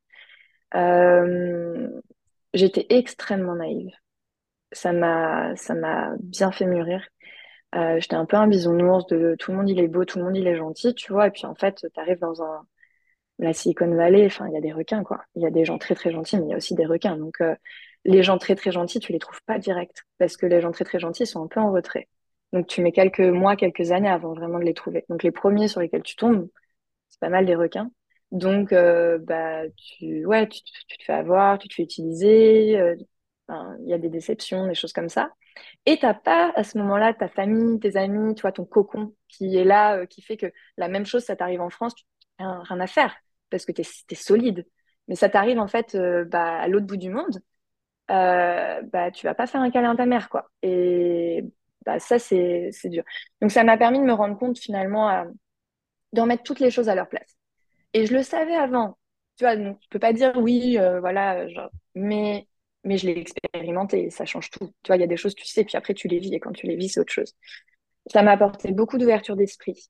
Euh, J'étais extrêmement naïve. Ça m'a, ça m'a bien fait mûrir. Euh, j'étais un peu un bisounours de tout le monde il est beau, tout le monde il est gentil, tu vois. Et puis en fait, t'arrives dans un la Silicon Valley, enfin il y a des requins quoi. Il y a des gens très très gentils, mais il y a aussi des requins. Donc euh, les gens très très gentils, tu les trouves pas direct parce que les gens très très gentils sont un peu en retrait. Donc tu mets quelques mois, quelques années avant vraiment de les trouver. Donc les premiers sur lesquels tu tombes, c'est pas mal des requins. Donc euh, bah tu ouais tu, tu te fais avoir, tu te fais utiliser. euh, enfin, Il y a des déceptions, des choses comme ça. Et t'as pas à ce moment-là ta famille, tes amis, tu vois, ton cocon qui est là, euh, qui fait que la même chose, ça t'arrive en France, tu n'as rien, rien à faire parce que t'es, t'es solide. Mais ça t'arrive en fait euh, bah, à l'autre bout du monde, euh, bah tu vas pas faire un câlin à ta mère, quoi. Et bah ça, c'est, c'est dur. Donc ça m'a permis de me rendre compte finalement à, de remettre toutes les choses à leur place. Et je le savais avant. Tu vois, donc, je peux pas dire oui, euh, voilà, genre, mais, mais je l'ai expérimenté et ça change tout. Tu vois, il y a des choses, tu sais, puis après, tu les vis et quand tu les vis, c'est autre chose. Ça m'a apporté beaucoup d'ouverture d'esprit.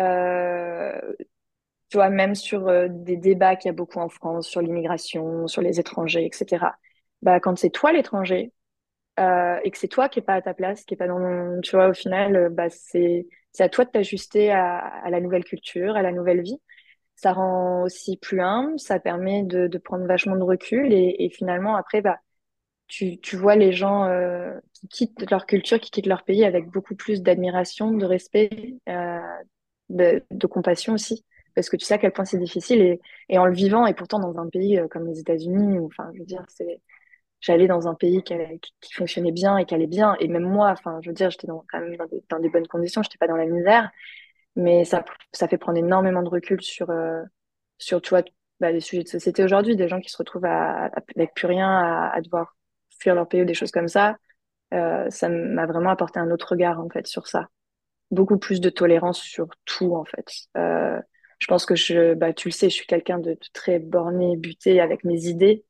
Euh, Tu vois, même sur euh, des débats qu'il y a beaucoup en France, sur l'immigration, sur les étrangers, et cetera. Bah, quand c'est toi l'étranger euh, et que c'est toi qui n'es pas à ta place, qui n'est pas dans mon... Tu vois, au final, euh, bah, c'est, c'est à toi de t'ajuster à, à la nouvelle culture, à la nouvelle vie. Ça rend aussi plus humble, ça permet de, de prendre vachement de recul et, et finalement après bah tu, tu vois les gens euh, qui quittent leur culture, qui quittent leur pays avec beaucoup plus d'admiration, de respect, euh, de, de compassion aussi, parce que tu sais à quel point c'est difficile et, et en le vivant et pourtant dans un pays euh, comme les États-Unis, ou enfin je veux dire c'est j'allais dans un pays qui, allait- qui, qui fonctionnait bien et qui allait bien et même moi, enfin je veux dire j'étais dans, quand même dans des, dans des bonnes conditions, j'étais pas dans la misère, mais ça ça fait prendre énormément de recul sur euh, sur tu vois, bah, les sujets de société aujourd'hui, des gens qui se retrouvent à, à- avec plus rien, à, à devoir fuir leur pays ou des choses comme ça, euh, ça m'a vraiment apporté un autre regard en fait sur ça. Beaucoup plus de tolérance sur tout en fait. Euh, je pense que je, bah, tu le sais, je suis quelqu'un de, de très borné, buté avec mes idées.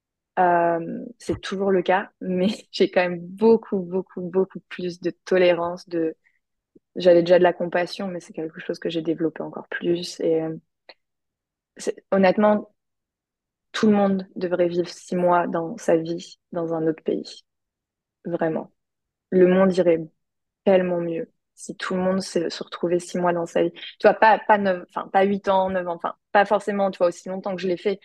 Euh, c'est toujours le cas, mais j'ai quand même beaucoup, beaucoup, beaucoup plus de tolérance. De, j'avais déjà de la compassion, mais c'est quelque chose que j'ai développé encore plus. Et euh, c'est- honnêtement, tout le monde devrait vivre six mois dans sa vie dans un autre pays. Vraiment. Le monde irait tellement mieux si tout le monde se, se retrouvait six mois dans sa vie. Tu vois, pas, pas neuf, enfin, pas huit ans, neuf ans, enfin, pas forcément, tu vois, aussi longtemps que je l'ai fait.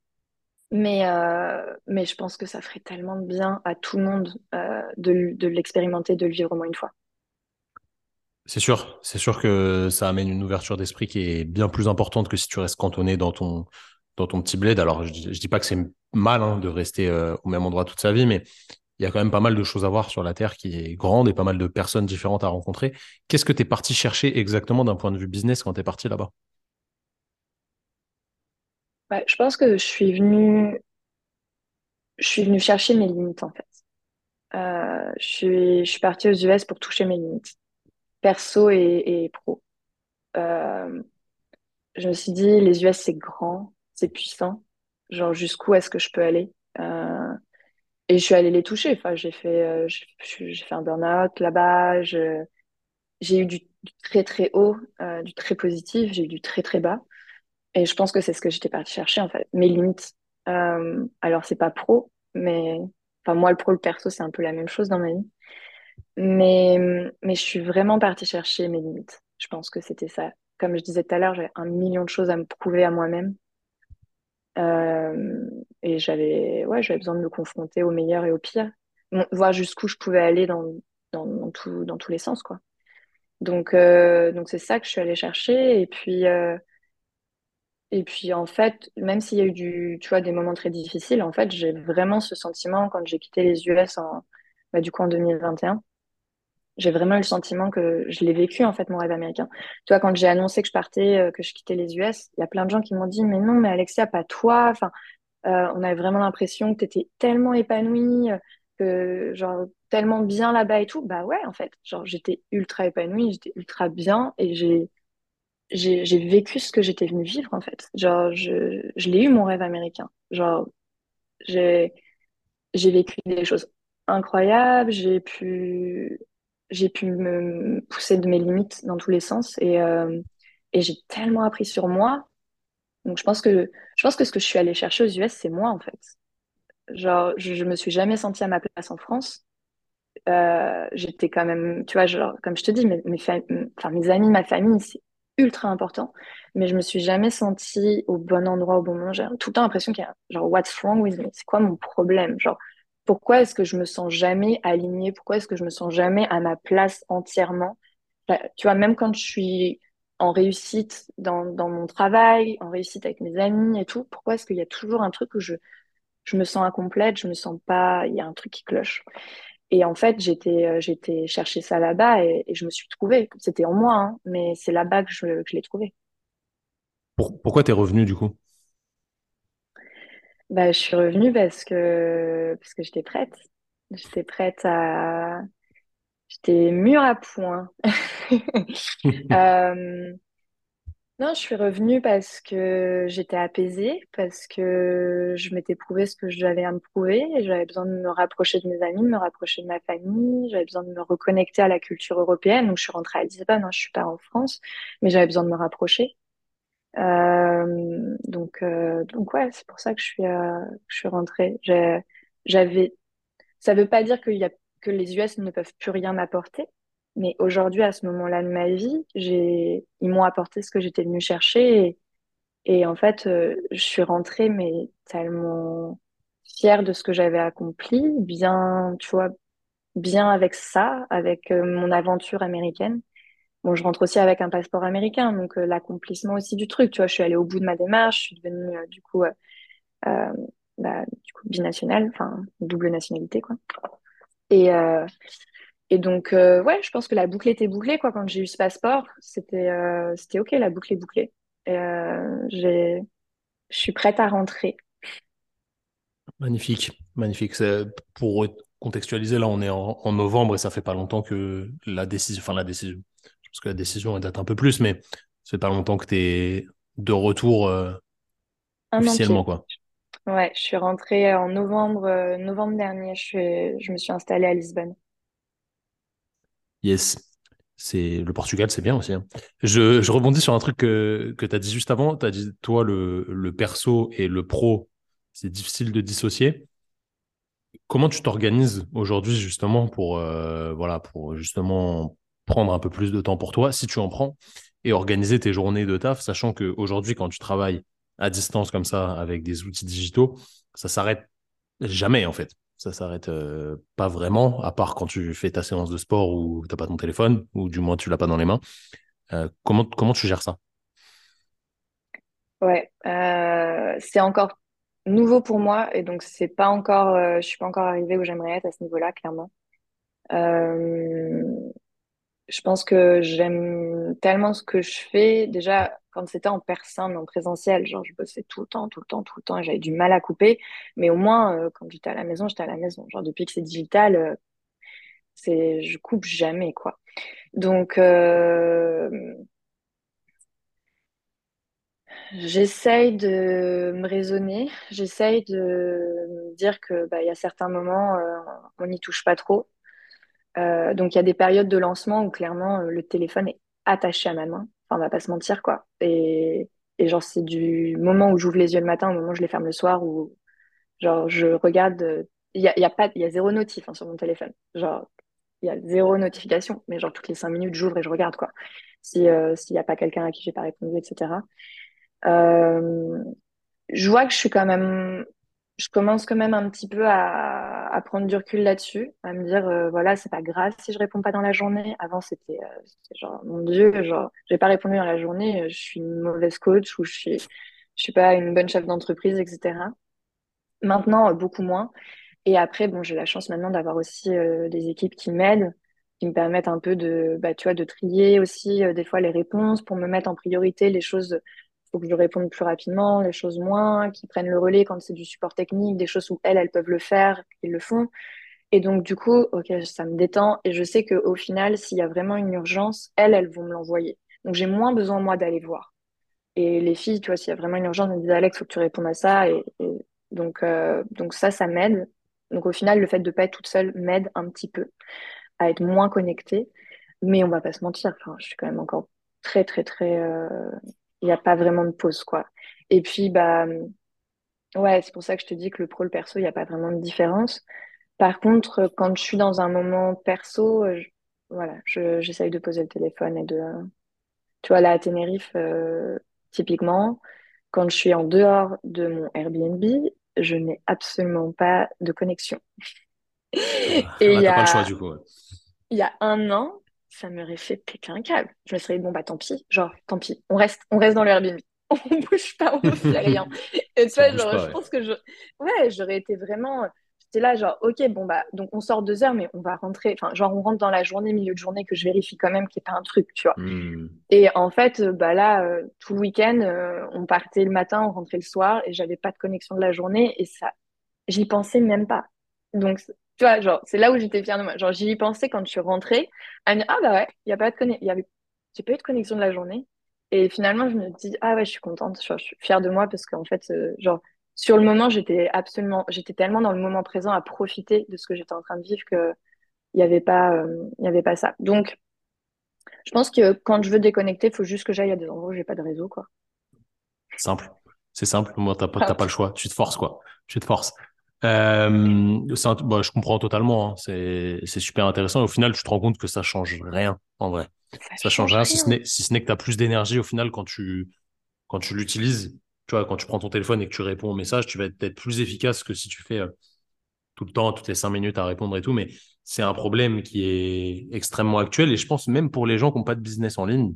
Mais, euh, mais je pense que ça ferait tellement de bien à tout le monde euh, de, de l'expérimenter, de le vivre au moins une fois. C'est sûr, c'est sûr que ça amène une ouverture d'esprit qui est bien plus importante que si tu restes cantonné dans ton, dans ton petit bled. Alors, je, dis- je dis pas que c'est mal hein, de rester euh, au même endroit toute sa vie, mais il y a quand même pas mal de choses à voir sur la Terre qui est grande et pas mal de personnes différentes à rencontrer. Qu'est-ce que tu es parti chercher exactement d'un point de vue business quand tu es parti là-bas? Ouais, je pense que je suis venue, je suis venue chercher mes limites en fait. Euh, je suis, je suis partie aux U S pour toucher mes limites, perso et, et pro. Euh, je me suis dit, les U S, c'est grand, c'est puissant. Genre, jusqu'où est-ce que je peux aller? Euh, et je suis allée les toucher. Enfin, j'ai fait, euh, j'ai j'ai fait un burn-out là-bas. Je- J'ai eu du, du très, très haut, euh, du très positif. J'ai eu du très, très bas. Et je pense que c'est ce que j'étais partie chercher, en fait. Mes limites. Euh, alors, c'est pas pro, mais, enfin, moi, le pro, le perso, c'est un peu la même chose dans ma vie. Mais, mais je suis vraiment partie chercher mes limites. Je pense que c'était ça. Comme je disais tout à l'heure, j'avais un million de choses à me prouver à moi-même. Euh, et j'avais ouais, j'avais besoin de me confronter au meilleur et au pire, Bon, voir jusqu'où je pouvais aller dans, dans, dans, tout, dans tous les sens, quoi. Donc, euh, donc c'est ça que je suis allée chercher. Et puis, euh, et puis en fait, même s'il y a eu du, tu vois, des moments très difficiles, en fait, j'ai vraiment ce sentiment quand j'ai quitté les U S en, bah, du coup, en deux mille vingt et un. j'ai vraiment eu le sentiment que je l'ai vécu, en fait, mon rêve américain. Tu vois, quand j'ai annoncé que je partais, euh, que je quittais les U S, il y a plein de gens qui m'ont dit, mais non, mais Alexia, pas toi. Enfin, euh, on avait vraiment l'impression que tu étais tellement épanouie, euh, que, genre, tellement bien là-bas et tout. Bah ouais, en fait, genre, j'étais ultra épanouie, j'étais ultra bien et j'ai, j'ai, j'ai vécu ce que j'étais venue vivre, en fait. Genre, je, je l'ai eu, mon rêve américain. Genre, j'ai, j'ai vécu des choses incroyables, j'ai pu, j'ai pu me pousser de mes limites dans tous les sens et, euh, et j'ai tellement appris sur moi. Donc je pense que, je pense que ce que je suis allée chercher aux U S, c'est moi en fait. Genre, je, je me suis jamais sentie à ma place en France. Euh, j'étais quand même, tu vois, genre, comme je te dis, mes, mes, fa- enfin, mes amis, ma famille, c'est ultra important. Mais je me suis jamais sentie au bon endroit, au bon moment. J'ai tout le temps l'impression qu'il y a, genre, what's wrong with me? C'est quoi mon problème? Genre, pourquoi est-ce que je me sens jamais alignée? Pourquoi est-ce que je me sens jamais à ma place entièrement? Bah, tu vois, même quand je suis en réussite dans, dans mon travail, en réussite avec mes amis et tout, pourquoi est-ce qu'il y a toujours un truc où je, je me sens incomplète, je me sens pas, il y a un truc qui cloche. Et en fait, j'étais, euh, j'étais chercher ça là-bas et, et je me suis trouvée. C'était en moi, hein, mais c'est là-bas que je, que je l'ai trouvé. Pour- pourquoi t'es revenu du coup? Bah, je suis revenue parce que, parce que j'étais prête. J'étais prête à, j'étais mûre à point. Euh, non, je suis revenue parce que j'étais apaisée, parce que je m'étais prouvé ce que j'avais à me prouver, et j'avais besoin de me rapprocher de mes amis, de me rapprocher de ma famille, j'avais besoin de me reconnecter à la culture européenne. Donc, je suis rentrée à Lisbonne, hein, je suis pas en France, mais j'avais besoin de me rapprocher. Euh, donc, euh, donc ouais, c'est pour ça que je suis, euh, que je suis rentrée. J'ai- J'avais, ça veut pas dire qu'il y a, que les U S ne peuvent plus rien m'apporter, mais aujourd'hui, à ce moment-là de ma vie, j'ai, ils m'ont apporté ce que j'étais venue chercher et, et en fait, euh, je suis rentrée, mais tellement fière de ce que j'avais accompli, bien, tu vois, bien avec ça, avec euh, mon aventure américaine. Bon, je rentre aussi avec un passeport américain, donc euh, l'accomplissement aussi du truc, tu vois, je suis allée au bout de ma démarche, je suis devenue euh, du coup, euh, euh, bah, du coup binationale, enfin double nationalité quoi. Et euh, et donc euh, ouais, je pense que la boucle était bouclée quoi quand j'ai eu ce passeport, c'était euh, c'était ok, la boucle est bouclée. Et euh, j'ai je suis prête à rentrer. Magnifique, magnifique. C'est- Pour contextualiser, là, on est en, en novembre et ça fait pas longtemps que la décision, enfin la décision, je pense que la décision elle date un peu plus, mais ça fait pas longtemps que tu es de retour euh, Un an officiellement, pied. quoi. Ouais, je suis rentrée en novembre euh, novembre dernier, je suis je me suis installée à Lisbonne. Yes. C'est le Portugal, c'est bien aussi, hein. Je, je rebondis sur un truc que, que tu as dit juste avant. Tu as dit, toi, le, le perso et le pro, c'est difficile de dissocier. Comment tu t'organises aujourd'hui justement pour, euh, voilà, pour justement prendre un peu plus de temps pour toi, si tu en prends, et organiser tes journées de taf, sachant qu'aujourd'hui, quand tu travailles à distance comme ça, avec des outils digitaux, ça s'arrête jamais en fait. Ça s'arrête euh, pas vraiment, à part quand tu fais ta séance de sport ou t'as pas ton téléphone, ou du moins tu l'as pas dans les mains. Euh, comment, comment tu gères ça? Ouais, euh, c'est encore nouveau pour moi et donc c'est pas encore, euh, je suis pas encore arrivée où j'aimerais être à ce niveau-là, clairement. Euh, je pense que j'aime tellement ce que je fais. Déjà, quand c'était en personne, en présentiel, genre je bossais tout le temps, tout le temps, tout le temps et j'avais du mal à couper. Mais au moins, euh, quand j'étais à la maison, j'étais à la maison. Genre depuis que c'est digital, euh, c'est, je coupe jamais, quoi. Donc, euh, j'essaye de me raisonner, j'essaye de me dire que bah, il y a certains moments, euh, on n'y touche pas trop. Euh, donc il y a des périodes de lancement où clairement euh, le téléphone est attaché à ma main. Enfin, on va pas se mentir quoi. Et, et genre c'est du moment où j'ouvre les yeux le matin au moment où je les ferme le soir où genre je regarde. euh, Il y a, il y a pas, il y a zéro notif hein, sur mon téléphone. Genre il y a zéro notification, mais genre toutes les cinq minutes j'ouvre et je regarde quoi. Si euh, s'il y a pas quelqu'un à qui j'ai pas répondu, et cetera. Euh, je vois que je suis quand même, je commence quand même un petit peu à, à prendre du recul là-dessus, à me dire, euh, voilà, c'est pas grave si je réponds pas dans la journée. Avant, c'était euh, c'était genre, mon Dieu, genre, j'ai pas répondu dans la journée, euh, je suis une mauvaise coach ou je suis, je suis pas une bonne chef d'entreprise, et cetera. Maintenant, euh, beaucoup moins. Et après, bon, j'ai la chance maintenant d'avoir aussi euh, des équipes qui m'aident. qui me permettent un peu de, bah, tu vois, de trier aussi euh, des fois les réponses pour me mettre en priorité les choses, faut que je réponde plus rapidement, les choses moins, qui prennent le relais quand c'est du support technique, des choses où elles, elles peuvent le faire, ils le font. Et donc, du coup, ok, ça me détend et je sais qu'au final, s'il y a vraiment une urgence, elles, elles vont me l'envoyer. Donc, j'ai moins besoin, moi, d'aller voir. Et les filles, tu vois, s'il y a vraiment une urgence, elles me disent, Alex, faut que tu répondes à ça. Et, et donc, euh, donc ça, ça m'aide. Donc, au final, le fait de pas être toute seule m'aide un petit peu à être moins connectée. Mais on va pas se mentir, enfin, je suis quand même encore très, très, très. euh, Il n'y a pas vraiment de pause, quoi. Et puis, bah, ouais, c'est pour ça que je te dis que le pro, le perso, il n'y a pas vraiment de différence. Par contre, euh, quand je suis dans un moment perso, euh, je- voilà, je, j'essaye de poser le téléphone et de. Tu vois, là, à Tenerife, euh, typiquement, quand je suis en dehors de mon Airbnb, je n'ai absolument pas de connexion. Ah, Et il bah, y t'as pas le choix a, du coup. Ouais. il y a un an, ça m'aurait fait péter un câble. Je me serais dit, bon, bah tant pis, genre, tant pis, on reste, on reste dans le Airbnb. On bouge pas, on fait rien. Et tu Ça vois, bouge genre, pas, je ouais. pense que je, ouais, j'aurais été vraiment, j'étais là, genre, ok, bon, bah, donc on sort deux heures, mais on va rentrer, enfin, genre, on rentre dans la journée, milieu de journée, que je vérifie quand même qu'il n'y ait pas un truc, tu vois. Hmm. Et en fait, euh, bah là, euh, tout le week-end, euh, on partait le matin, on rentrait le soir, et j'avais pas de connexion de la journée, et ça, j'y pensais même pas. Donc, c'est- tu vois, genre, c'est là où j'étais fière de moi. Genre, j'y pensais quand je suis rentrée, à me dire, ah bah ouais, il y a pas de connexion, il y avait, j'ai pas eu de connexion de la journée. Et finalement, je me dis, ah ouais, je suis contente, genre, je suis fière de moi parce qu'en fait, euh, genre, sur le moment, j'étais absolument, j'étais tellement dans le moment présent à profiter de ce que j'étais en train de vivre que il y avait pas, euh, il y avait pas ça. Donc, je pense que quand je veux déconnecter, il faut juste que j'aille à des endroits où j'ai pas de réseau, quoi. Simple. C'est simple. Moi, t'as pas, t'as pas le Simple. choix. Tu te forces, quoi. Tu te forces. Euh, c'est un- bah, je comprends totalement, hein. C'est, c'est super intéressant. Et au final, tu te rends compte que ça change rien, en vrai. Ça Ça change change rien, si ce rien. n'est, si ce n'est que tu as plus d'énergie au final quand tu, quand tu l'utilises. Tu vois, quand tu prends ton téléphone et que tu réponds aux messages, tu vas être peut-être plus efficace que si tu fais euh, tout le temps, toutes les cinq minutes à répondre et tout. Mais c'est un problème qui est extrêmement actuel. Et je pense même pour les gens qui n'ont pas de business en ligne,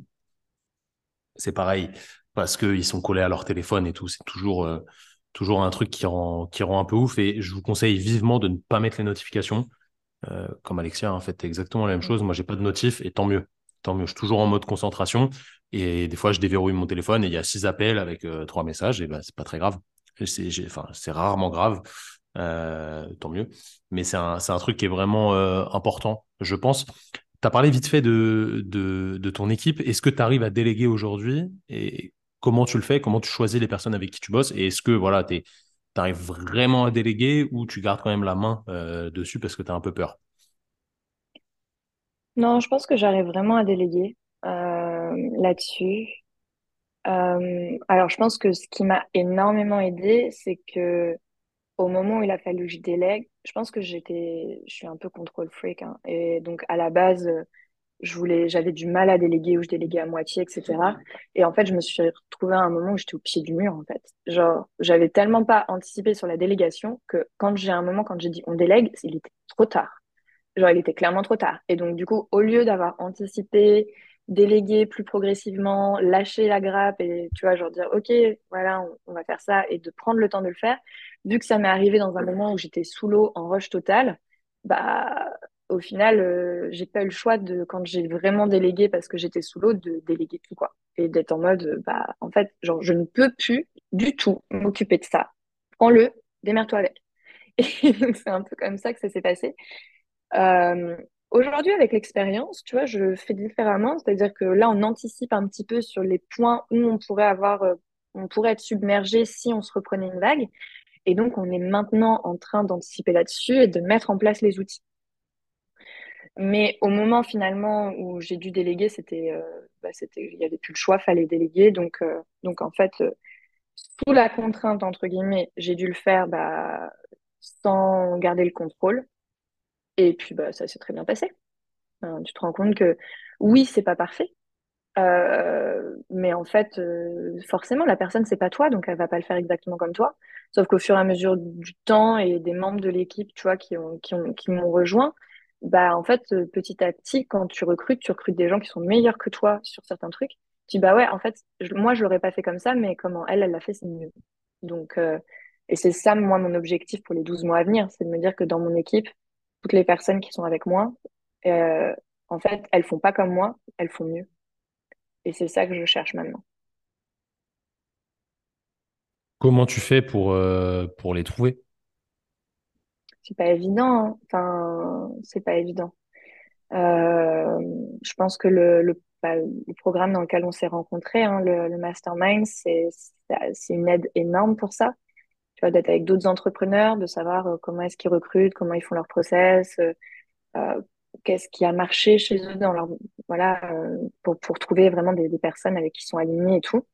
c'est pareil, parce qu'ils sont collés à leur téléphone et tout. C'est toujours, euh, toujours un truc qui rend, qui rend un peu ouf. Et je vous conseille vivement de ne pas mettre les notifications. Euh, comme Alexia, en fait, c'est exactement la même chose. Moi, j'ai pas de notif et tant mieux. Tant mieux. Je suis toujours en mode concentration. Et des fois, je déverrouille mon téléphone et il y a six appels avec euh, trois messages. Et ben, c'est pas très grave. Et C'est, j'ai- enfin, c'est rarement grave. Euh, tant mieux. Mais c'est un, c'est un truc qui est vraiment euh, important, je pense. Tu as parlé vite fait de, de, de ton équipe. Est-ce que tu arrives à déléguer aujourd'hui et comment tu le fais? Comment tu choisis les personnes avec qui tu bosses? Et est-ce que voilà, tu arrives vraiment à déléguer ou tu gardes quand même la main euh, dessus parce que tu as un peu peur? Non, je pense que j'arrive vraiment à déléguer euh, là-dessus. Euh, alors, je pense que ce qui m'a énormément aidé, c'est que au moment où il a fallu que je délègue, je pense que j'étais, je suis un peu contrôle freak, hein, et donc à la base, euh, je voulais, j'avais du mal à déléguer ou je déléguais à moitié, et cetera. Et en fait, je me suis retrouvée à un moment où j'étais au pied du mur, en fait. Genre, j'avais tellement pas anticipé sur la délégation que quand j'ai un moment, quand j'ai dit on délègue, il était trop tard. Genre, il était clairement trop tard. Et donc, du coup, au lieu d'avoir anticipé, délégué plus progressivement, lâcher la grappe et, tu vois, genre dire, OK, voilà, on, on va faire ça et de prendre le temps de le faire, vu que ça m'est arrivé dans un moment où j'étais sous l'eau, en rush total, bah, au final, euh, j'ai pas eu le choix de, quand j'ai vraiment délégué parce que j'étais sous l'eau, de déléguer tout, quoi. Et d'être en mode, euh, bah, en fait, genre, je ne peux plus du tout m'occuper de ça. Prends-le, démerde-toi avec. Et donc, c'est un peu comme ça que ça s'est passé. Euh, Aujourd'hui, avec l'expérience, tu vois, je fais différemment, c'est-à-dire que là, on anticipe un petit peu sur les points où on pourrait avoir, euh, on pourrait être submergé si on se reprenait une vague. Et donc, on est maintenant en train d'anticiper là-dessus et de mettre en place les outils. Mais au moment finalement où j'ai dû déléguer, c'était, euh, bah, c'était, il y avait plus le choix, fallait déléguer. Donc, euh, donc en fait, euh, sous la contrainte entre guillemets, j'ai dû le faire, bah, sans garder le contrôle. Et puis, bah, ça s'est très bien passé. Hein, tu te rends compte que oui, c'est pas parfait, euh, mais en fait, euh, forcément, la personne, c'est pas toi, donc elle va pas le faire exactement comme toi. Sauf qu'au fur et à mesure du temps et des membres de l'équipe, tu vois, qui ont, qui ont, qui m'ont rejoint, bah en fait, euh, petit à petit, quand tu recrutes, tu recrutes des gens qui sont meilleurs que toi sur certains trucs. Tu dis bah ouais, en fait, je- moi, je l'aurais pas fait comme ça, mais comment elle, elle l'a fait, c'est mieux. Donc, euh, et c'est ça, moi, mon objectif pour les douze mois à venir, c'est de me dire que dans mon équipe, toutes les personnes qui sont avec moi, euh, en fait, elles font pas comme moi, elles font mieux. Et c'est ça que je cherche maintenant. Comment tu fais pour, euh, pour les trouver? C'est pas évident, hein. Enfin, c'est pas évident. Euh, je pense que le, le, bah, le programme dans lequel on s'est rencontrés, hein, le, le Mastermind, c'est, c'est c'est une aide énorme pour ça. Tu vois, d'être avec d'autres entrepreneurs, de savoir euh, comment est-ce qu'ils recrutent, comment ils font leur process, euh, euh, qu'est-ce qui a marché chez eux dans leur, voilà, euh, pour, pour trouver vraiment des, des personnes avec qui ils sont alignés et tout.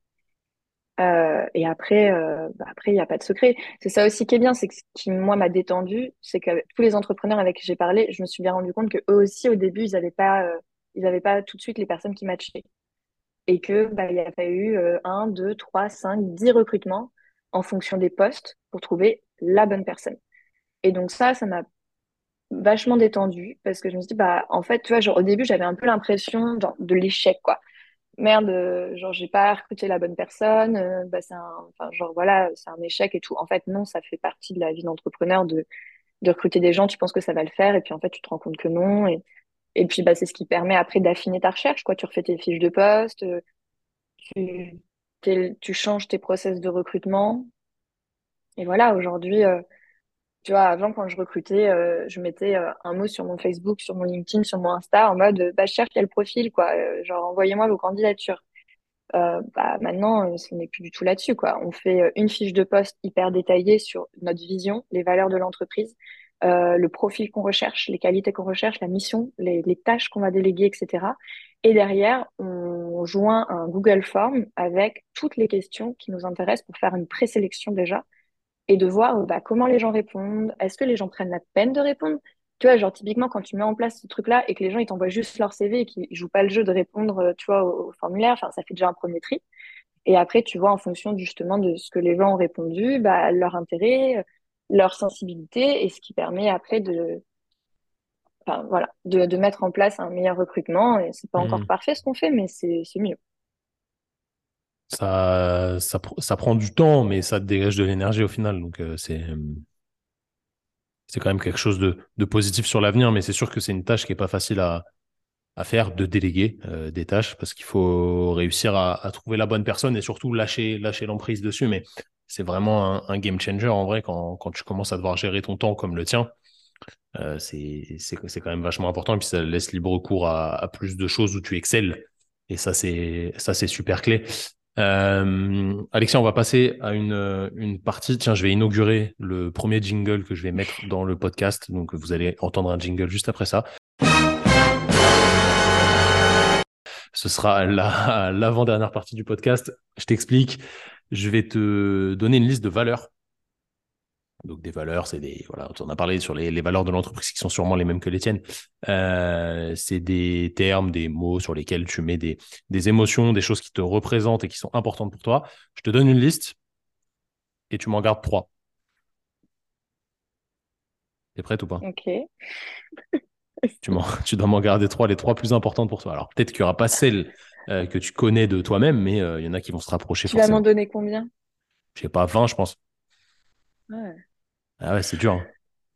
Euh, et après, euh, bah après, il n'y a pas de secret. C'est ça aussi qui est bien, c'est que ce qui, moi, m'a détendu, c'est que tous les entrepreneurs avec qui j'ai parlé, je me suis bien rendu compte que eux aussi, au début, ils n'avaient pas, euh, ils avaient pas tout de suite les personnes qui matchaient. Et que, bah, il a fallu euh, un, deux, trois, cinq, dix recrutements en fonction des postes pour trouver la bonne personne. Et donc ça, ça m'a vachement détendu parce que je me suis dit, bah, en fait, tu vois, genre, au début, j'avais un peu l'impression genre, de l'échec, quoi. Merde, euh, genre, j'ai pas recruté la bonne personne, euh, bah, c'est un, enfin, genre, voilà, c'est un échec et tout. En fait, non, ça fait partie de la vie d'entrepreneur de, de recruter des gens, tu penses que ça va le faire et puis en fait, tu te rends compte que non. Et, et puis, bah, c'est ce qui permet après d'affiner ta recherche, quoi. Tu refais tes fiches de poste, euh, tu, t'es- tu changes tes process de recrutement. Et voilà, aujourd'hui, euh, tu vois, avant, quand je recrutais, euh, je mettais euh, un mot sur mon Facebook, sur mon LinkedIn, sur mon Insta, en mode, euh, bah, je cherche quel profil, quoi. Euh, genre, envoyez-moi vos candidatures. Euh, bah, maintenant, euh, ce n'est plus du tout là-dessus, quoi. On fait euh, une fiche de poste hyper détaillée sur notre vision, les valeurs de l'entreprise, euh, le profil qu'on recherche, les qualités qu'on recherche, la mission, les, les tâches qu'on va déléguer, et cetera. Et derrière, on joint un Google Form avec toutes les questions qui nous intéressent pour faire une présélection déjà et de voir euh, bah, comment les gens répondent. Est-ce que les gens prennent la peine de répondre? Tu vois, genre typiquement quand tu mets en place ce truc-là et que les gens ils t'envoient juste leur C V et qu'ils jouent pas le jeu de répondre, euh, tu vois, au, au formulaire, enfin ça fait déjà un premier tri. Et après, tu vois en fonction justement de ce que les gens ont répondu, bah, leur intérêt, euh, leur sensibilité et ce qui permet après de, enfin voilà, de, de mettre en place un meilleur recrutement. Et c'est pas encore Hmm. parfait ce qu'on fait, mais c'est c'est mieux. Ça, ça, pr- ça prend du temps, mais ça te dégage de l'énergie au final. Donc, euh, c'est, euh, c'est quand même quelque chose de, de positif sur l'avenir, mais c'est sûr que c'est une tâche qui est pas facile à, à faire, de déléguer euh, des tâches, parce qu'il faut réussir à, à trouver la bonne personne et surtout lâcher, lâcher l'emprise dessus. Mais c'est vraiment un, un game changer en vrai quand, quand tu commences à devoir gérer ton temps comme le tien. Euh, c'est, c'est, c'est quand même vachement important. Et puis ça laisse libre cours à, à plus de choses où tu excelles. Et ça, c'est, ça, c'est super clé. Euh, Alexia, on va passer à une, une partie. Tiens, je vais inaugurer le premier jingle que je vais mettre dans le podcast. Donc, vous allez entendre un jingle juste après ça. Ce sera la, l'avant-dernière partie du podcast. Je t'explique. Je vais te donner une liste de valeurs. Donc des valeurs, c'est des voilà, on a parlé sur les, les valeurs de l'entreprise qui sont sûrement les mêmes que les tiennes. Euh, c'est des termes, des mots sur lesquels tu mets des, des émotions, des choses qui te représentent et qui sont importantes pour toi. Je te donne une liste et tu m'en gardes trois. T'es prête ou pas? Ok. Tu, m'en- tu dois m'en garder trois, les trois plus importantes pour toi. Alors peut-être qu'il n'y aura pas celles euh, que tu connais de toi-même, mais euh, il y en a qui vont se rapprocher Tu vas m'en forcément. donner combien? Je sais pas, vingt, je pense. Ouais. Ah ouais, c'est dur, hein.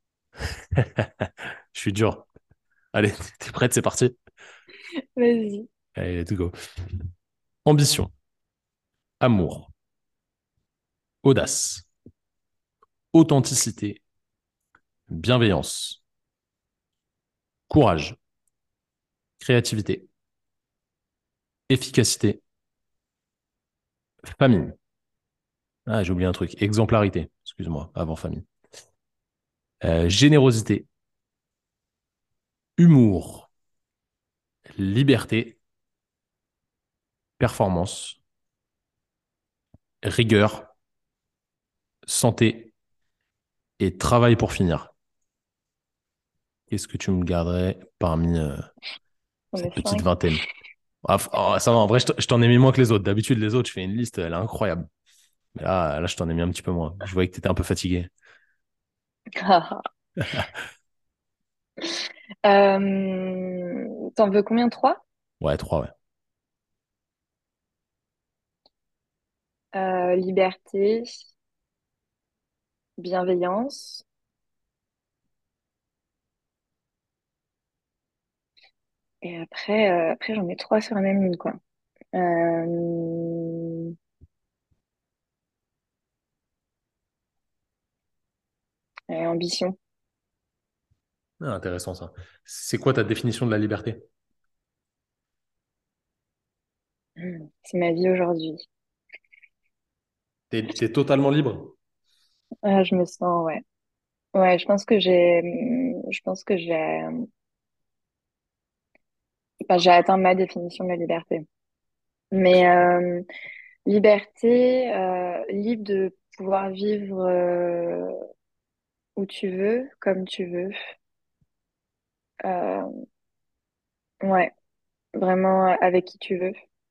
Je suis dur. Allez, t'es prête, c'est parti. Vas-y. Allez, let's go. Ambition, amour, audace, authenticité, bienveillance, courage, créativité, efficacité, famille. Ah, j'ai oublié un truc. Exemplarité, excuse-moi, avant famille. Euh, générosité, humour, liberté, performance, rigueur, santé et travail pour finir. Qu'est-ce que tu me garderais parmi euh, On cette est petite cinq. vingtaine? Ah, f- oh, ça va, en vrai, je t- je t'en ai mis moins que les autres. D'habitude, les autres, je fais une liste, elle est incroyable. Mais là, là, je t'en ai mis un petit peu moins. Je voyais que tu étais un peu fatigué. Euh, t'en veux combien? Trois? Ouais, trois, ouais. Euh, liberté, bienveillance, Et après, euh, après j'en ai trois sur la même ligne, quoi. Euh, et ambition. Ah, intéressant ça. C'est quoi ta définition de la liberté? Hmm, c'est ma vie aujourd'hui. T'es, t'es totalement libre? Ah, je me sens, ouais. Ouais, je pense que j'ai, hmm, je pense que j'ai, euh, enfin, j'ai atteint ma définition de la liberté. Mais euh, liberté, euh, libre de pouvoir vivre euh, où tu veux, comme tu veux. Euh, ouais, vraiment euh, avec qui tu veux.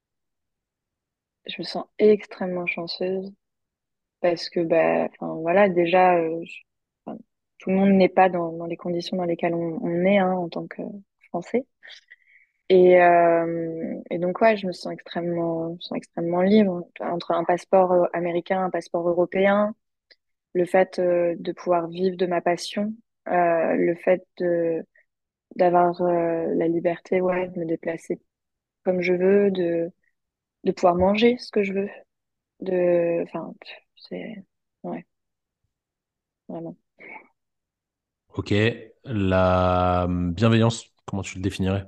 Je me sens extrêmement chanceuse parce que, bah, enfin, voilà, déjà, euh, je- enfin, tout le monde n'est pas dans, dans les conditions dans lesquelles on, on est hein, en tant que Français. Et, euh, et donc, ouais, je me sens extrêmement, je me sens extrêmement libre entre un passeport euh, américain, un passeport européen, le fait euh, de pouvoir vivre de ma passion, euh, le fait de d'avoir euh, la liberté, ouais, de me déplacer comme je veux, de de pouvoir manger ce que je veux, de, enfin, c'est, ouais, vraiment. Ok. La bienveillance, comment tu le définirais?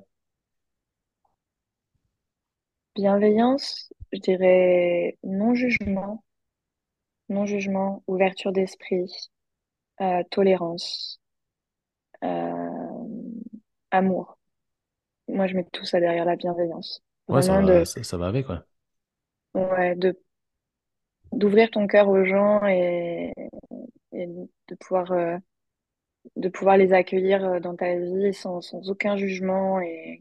Bienveillance, je dirais non-jugement, non-jugement, ouverture d'esprit, euh, tolérance, euh, amour. Moi, je mets tout ça derrière la bienveillance. Ouais, ça Vraiment va, de, ça, ça va avec, ouais. ouais, de, d'ouvrir ton cœur aux gens et, et de pouvoir, euh, de pouvoir les accueillir euh, dans ta vie sans, sans aucun jugement et,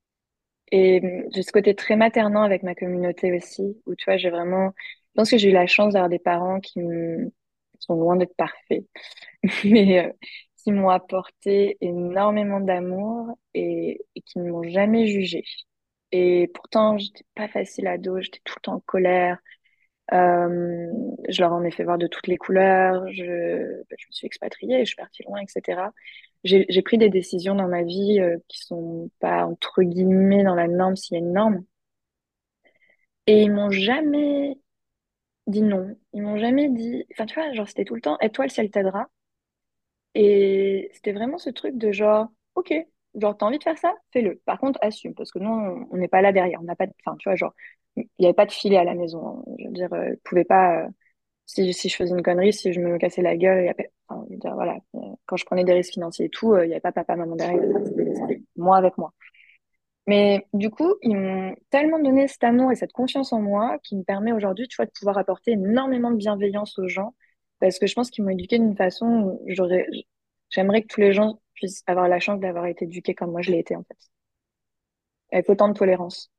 et hum, j'ai ce côté très maternant avec ma communauté aussi, où tu vois, j'ai vraiment, je pense que j'ai eu la chance d'avoir des parents qui me, qui sont loin d'être parfaits, mais euh, qui m'ont apporté énormément d'amour et, et qui ne m'ont jamais jugée. Et pourtant, j'étais pas facile à dos, j'étais tout le temps en colère. Euh, je leur en ai fait voir de toutes les couleurs. Je, je me suis expatriée, je suis partie loin, et cetera. J'ai, j'ai pris des décisions dans ma vie euh, qui sont pas entre guillemets dans la norme s'il y a une norme. Et ils m'ont jamais dit non. Ils m'ont jamais dit. Enfin, tu vois, genre c'était tout le temps. Et toi, le ciel t'aidera. Et c'était vraiment ce truc de genre, ok, genre, t'as envie de faire ça, fais-le. Par contre, assume, parce que nous, on on n'est pas là derrière. On n'a pas de, enfin, tu vois, genre, il n'y avait pas de filet à la maison, hein. Je veux dire, euh, ils pouvaient pas, euh, si, si je faisais une connerie, si je me cassais la gueule, il y avait, enfin, je veux dire, voilà, euh, quand je prenais des risques financiers et tout, euh, il n'y avait pas papa, maman derrière. C'était c'était moi avec moi. Mais du coup, ils m'ont tellement donné cet amour et cette confiance en moi qui me permet aujourd'hui, tu vois, de pouvoir apporter énormément de bienveillance aux gens. Parce que je pense qu'ils m'ont éduquée d'une façon où j'aurais, j'aimerais que tous les gens puissent avoir la chance d'avoir été éduqués comme moi je l'ai été, en fait. Avec autant de tolérance.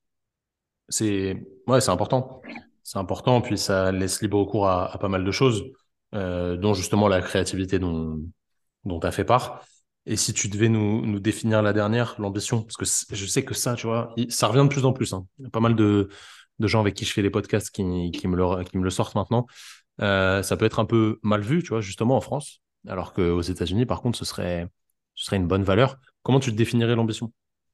C'est ouais, c'est important. C'est important, puis ça laisse libre cours à, à pas mal de choses, euh, dont justement la créativité dont, dont tu as fait part. Et si tu devais nous, nous définir la dernière, l'ambition, parce que c- je sais que ça, tu vois, il- ça revient de plus en plus, hein. Il y a pas mal de, de gens avec qui je fais les podcasts qui, qui me le, qui me le sortent maintenant. Euh, ça peut être un peu mal vu, tu vois, justement en France, alors qu'aux États-Unis, par contre, ce serait, ce serait une bonne valeur. Comment tu te définirais l'ambition?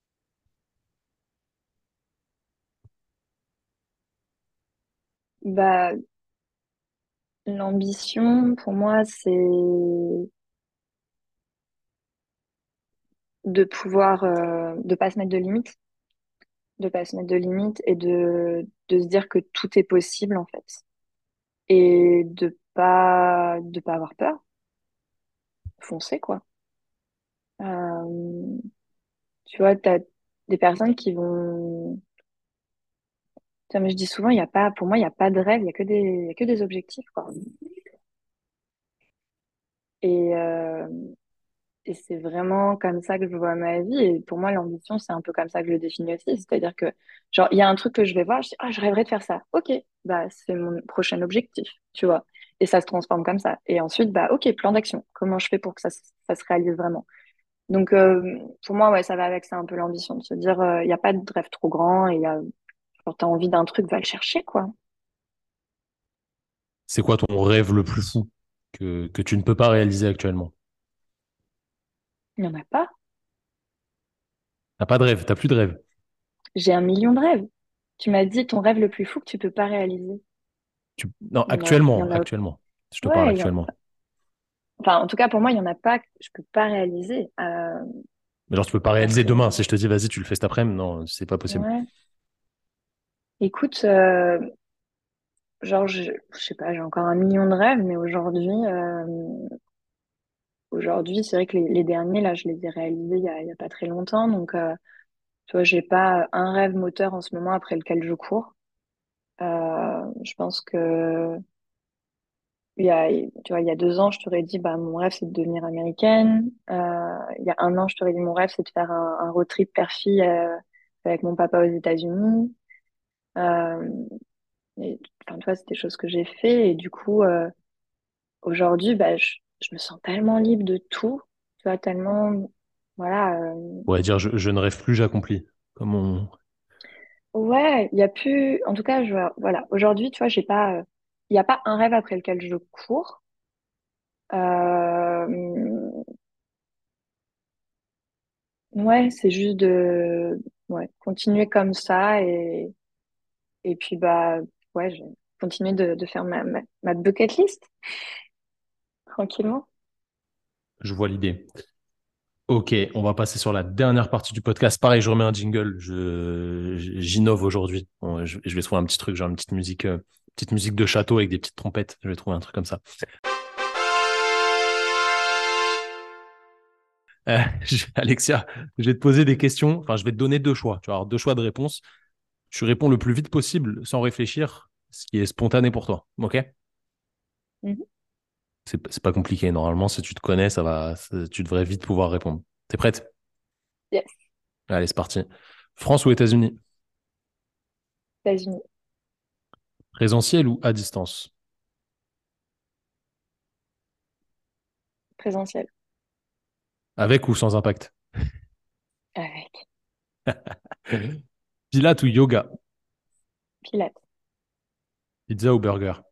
Bah, l'ambition, pour moi, c'est de pouvoir, euh, de pas se mettre de limites, de pas se mettre de limites et de, de se dire que tout est possible, en fait. Et de pas, de pas avoir peur, foncer, quoi. Euh, tu vois, t'as des personnes qui vont. Tiens, mais je dis souvent, il y a pas, pour moi, il n'y a pas de rêve, il y a que des, il y a que des objectifs, quoi. Et, euh, et c'est vraiment comme ça que je vois ma vie. Et pour moi, l'ambition, c'est un peu comme ça que je le définis aussi. C'est-à-dire que, genre, il y a un truc que je vais voir, je dis, ah, je rêverais de faire ça. Ok, bah, c'est mon prochain objectif, tu vois. Et ça se transforme comme ça. Et ensuite, bah, ok, plan d'action. Comment je fais pour que ça, se- ça se réalise vraiment? Donc, euh, pour moi, ouais, ça va avec ça un peu l'ambition, de se dire, euh, il n'y a pas de rêve trop grand et il y a, quand t'as envie d'un truc, va le chercher, quoi. C'est quoi ton rêve le plus fou que, que tu ne peux pas réaliser actuellement? Il n'y en a pas. T'as pas de rêve, t'as plus de rêve. J'ai un million de rêves. Tu m'as dit ton rêve le plus fou que tu peux pas réaliser. Tu... Non, Il y en a, il y actuellement, en a, actuellement. Je te parle ouais, il y en- actuellement. enfin, en tout cas, pour moi, il y en a pas que je peux pas réaliser. Euh, Mais genre, tu peux pas parce réaliser que, demain. Si je te dis, vas-y, tu le fais cet après-midi, non, c'est pas possible. ouais. Écoute, euh, genre, je, je sais pas, j'ai encore un million de rêves, mais aujourd'hui, euh, aujourd'hui, c'est vrai que les, les derniers, là, je les ai réalisés il y a, il y a pas très longtemps. Donc, euh, tu vois, j'ai pas un rêve moteur en ce moment après lequel je cours. Euh, je pense que il y a, tu vois, il y a deux ans, je t'aurais dit, bah, mon rêve, c'est de devenir américaine. Euh, il y a un an, je t'aurais dit, mon rêve, c'est de faire un, un road trip père-fille euh, avec mon papa aux États-Unis. Euh, et, enfin, tu vois, c'est des choses que j'ai fait. Et du coup, euh, aujourd'hui, bah, je, je me sens tellement libre de tout. Tu vois, tellement, voilà. euh, On pourrait dire, je, je ne rêve plus, j'accomplis. Comme on... ouais, il y a plus, en tout cas, je, voilà. Aujourd'hui, tu vois, j'ai pas, euh, il n'y a pas un rêve après lequel je cours. Euh, Ouais, c'est juste de ouais, continuer comme ça et, et puis bah ouais, je vais continuer de, de faire ma, ma, ma bucket list tranquillement. Je vois l'idée. Ok, on va passer sur la dernière partie du podcast. Pareil, je remets un jingle. Je, j'innove aujourd'hui. Bon, je, je vais trouver un petit truc, genre une petite musique, euh, petite musique de château avec des petites trompettes. Je vais trouver un truc comme ça. Euh, je- Alexia, je vais te poser des questions. Enfin, je vais te donner deux choix. Tu vas avoir deux choix de réponse. Tu réponds le plus vite possible sans réfléchir, ce qui est spontané pour toi. Ok? Mhm. C'est, c'est pas compliqué. Normalement, si tu te connais, ça va, ça- tu devrais vite pouvoir répondre. T'es prête? Yes, Allez, c'est parti. France ou États-Unis? États-Unis, Présentiel ou à distance? présentiel, Avec ou sans impact? avec Pilates ou yoga? Pilates, Pizza ou burger?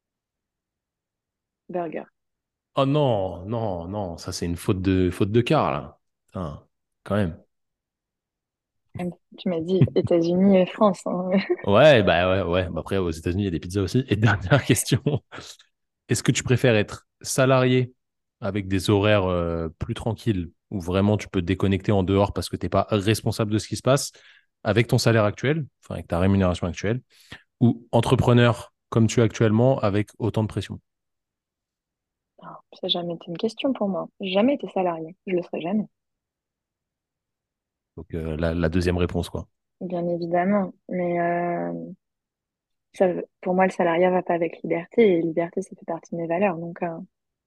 burger. Oh non, non, non, ça c'est une faute de faute de quart là. Putain, quand même. Même si tu m'as dit États-Unis et France, hein. Ouais, bah ouais, ouais. Bah après, aux États-Unis, il y a des pizzas aussi. Et dernière question, est-ce que tu préfères être salarié avec des horaires euh, plus tranquilles, où vraiment tu peux te déconnecter en dehors parce que t'es pas responsable de ce qui se passe, avec ton salaire actuel, enfin avec ta rémunération actuelle, ou entrepreneur comme tu es actuellement avec autant de pression? Non, ça n'a jamais été une question pour moi. J'ai jamais été salarié, je le serai jamais, Donc euh, la, la deuxième réponse, quoi. bien évidemment. Mais euh, ça, pour moi, le salariat va pas avec liberté et liberté, ça fait partie de mes valeurs. Donc, euh,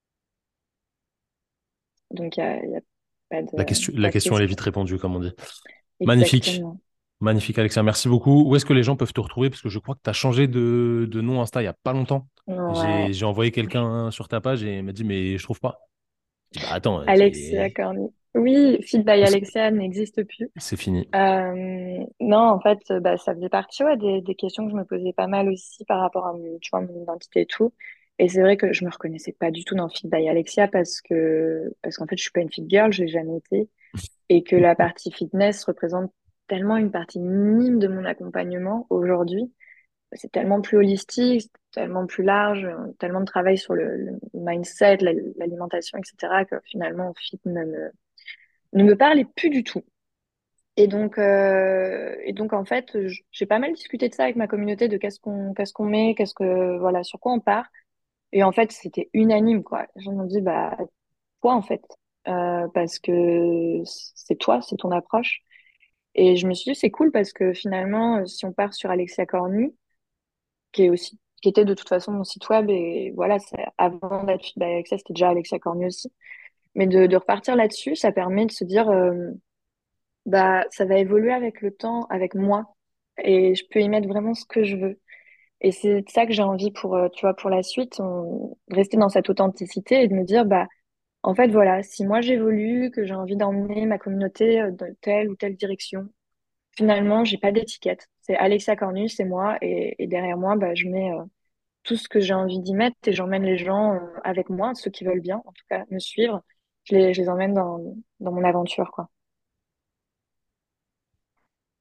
donc il y a, il y a pas de La question, la pas de question, elle est question. vite répondue, comme on dit. Magnifique. Exactement. Magnifique, Alexia. Merci beaucoup. Où est-ce que les gens peuvent te retrouver? Parce que je crois que tu as changé de, de nom Insta il n'y a pas longtemps. Ouais. J'ai, j'ai envoyé quelqu'un sur ta page et il m'a dit, mais je trouve pas. Je dis, bah attends, Alexia j'ai- Corny. Oui, Feed by c'est Alexia n'existe plus. c'est fini. Euh, non, en fait, euh, bah, ça faisait partie ouais, des, des questions que je me posais pas mal aussi par rapport à mon, tu vois, mon identité et tout. Et c'est vrai que je me reconnaissais pas du tout dans Feed by Alexia parce que parce qu'en fait, je suis pas une fit girl, je l'ai jamais été, et que la partie fitness représente tellement une partie minime de mon accompagnement aujourd'hui. C'est tellement plus holistique, c'est tellement plus large, euh, tellement de travail sur le, le mindset, la- l'alimentation, et cetera, que finalement, fit ne me, ne me parlait plus du tout. Et donc, euh, et donc en fait, j- j'ai pas mal discuté de ça avec ma communauté, de qu'est-ce qu'on, qu'est-ce qu'on met, qu'est-ce que, voilà, sur quoi on part. Et en fait, c'était unanime, quoi. Les gens m'ont dit, bah, toi, en fait, Euh, parce que c'est toi, c'est ton approche. Et je me suis dit, c'est cool parce que finalement, euh, si on part sur Alexia Cornu, qui est aussi, qui était de toute façon mon site web, et voilà, c'est- avant d'être Feed by Alexia, c'était déjà Alexia Cornu aussi. Mais de, de repartir là-dessus, ça permet de se dire, euh, bah, ça va évoluer avec le temps, avec moi, et je peux y mettre vraiment ce que je veux. Et c'est ça que j'ai envie pour, euh, tu vois, pour la suite, on- rester dans cette authenticité et de me dire, bah, en fait, voilà, si moi j'évolue, que j'ai envie d'emmener ma communauté euh, dans telle ou telle direction, finalement, j'ai pas d'étiquette. C'est Alexia Cornu, c'est moi, et, et derrière moi, bah, je mets euh, tout ce que j'ai envie d'y mettre et j'emmène les gens euh, avec moi, ceux qui veulent bien, en tout cas, me suivre. Je les, je les emmène dans, dans mon aventure, quoi.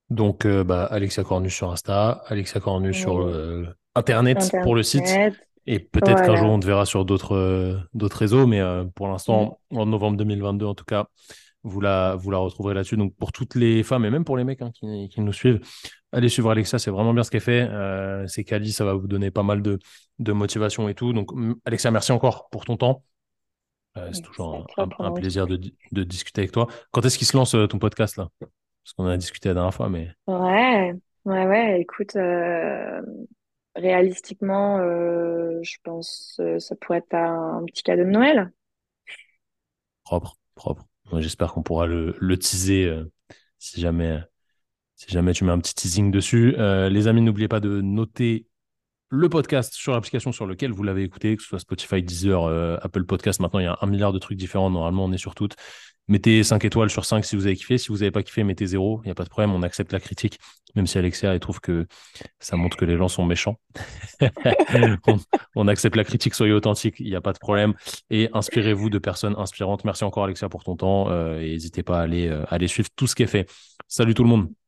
Donc, euh, bah, Alexia Cornu sur Insta, Alexia Cornu sur Oui. euh, Internet pour le site. Internet. Et peut-être qu'un jour, Voilà. on te verra sur d'autres euh, d'autres réseaux. Mais euh, pour Mm. l'instant, en novembre deux mille vingt-deux, en tout cas, vous la, vous la retrouverez là-dessus. Donc, pour toutes les femmes et même pour les mecs hein, qui, qui nous suivent, allez suivre Alexia. C'est vraiment bien ce qu'elle fait. Euh, c'est quali, ça va vous donner pas mal de, de motivation et tout. Donc, m- Alexia, merci encore pour ton temps. Euh, c'est C'est à toujours un, toi un- pour un plaisir l'invitation. de, di- de discuter avec toi. Quand est-ce qu'il se lance euh, ton podcast là? Parce qu'on en a discuté la dernière fois, mais Ouais, ouais, ouais. Écoute, euh, réalistiquement, euh, je pense euh, ça pourrait être un, un petit cadeau de Noël. propre, propre. Moi, j'espère qu'on pourra le, le teaser euh, si jamais, si jamais tu mets un petit teasing dessus. Euh, les amis, n'oubliez pas de noter le podcast sur l'application sur lequel vous l'avez écouté, que ce soit Spotify, Deezer, euh, Apple Podcast. Maintenant, il y a un milliard de trucs différents. Normalement, on est sur toutes. Mettez cinq étoiles sur cinq si vous avez kiffé. Si vous n'avez pas kiffé, mettez zéro. Il n'y a pas de problème. On accepte la critique, même si Alexia elle trouve que ça montre que les gens sont méchants. on, on accepte la critique, soyez authentique, il n'y a pas de problème. Et inspirez-vous de personnes inspirantes. Merci encore, Alexia, pour ton temps. euh, et n'hésitez pas à aller, euh, à aller suivre tout ce qui est fait. Salut tout le monde.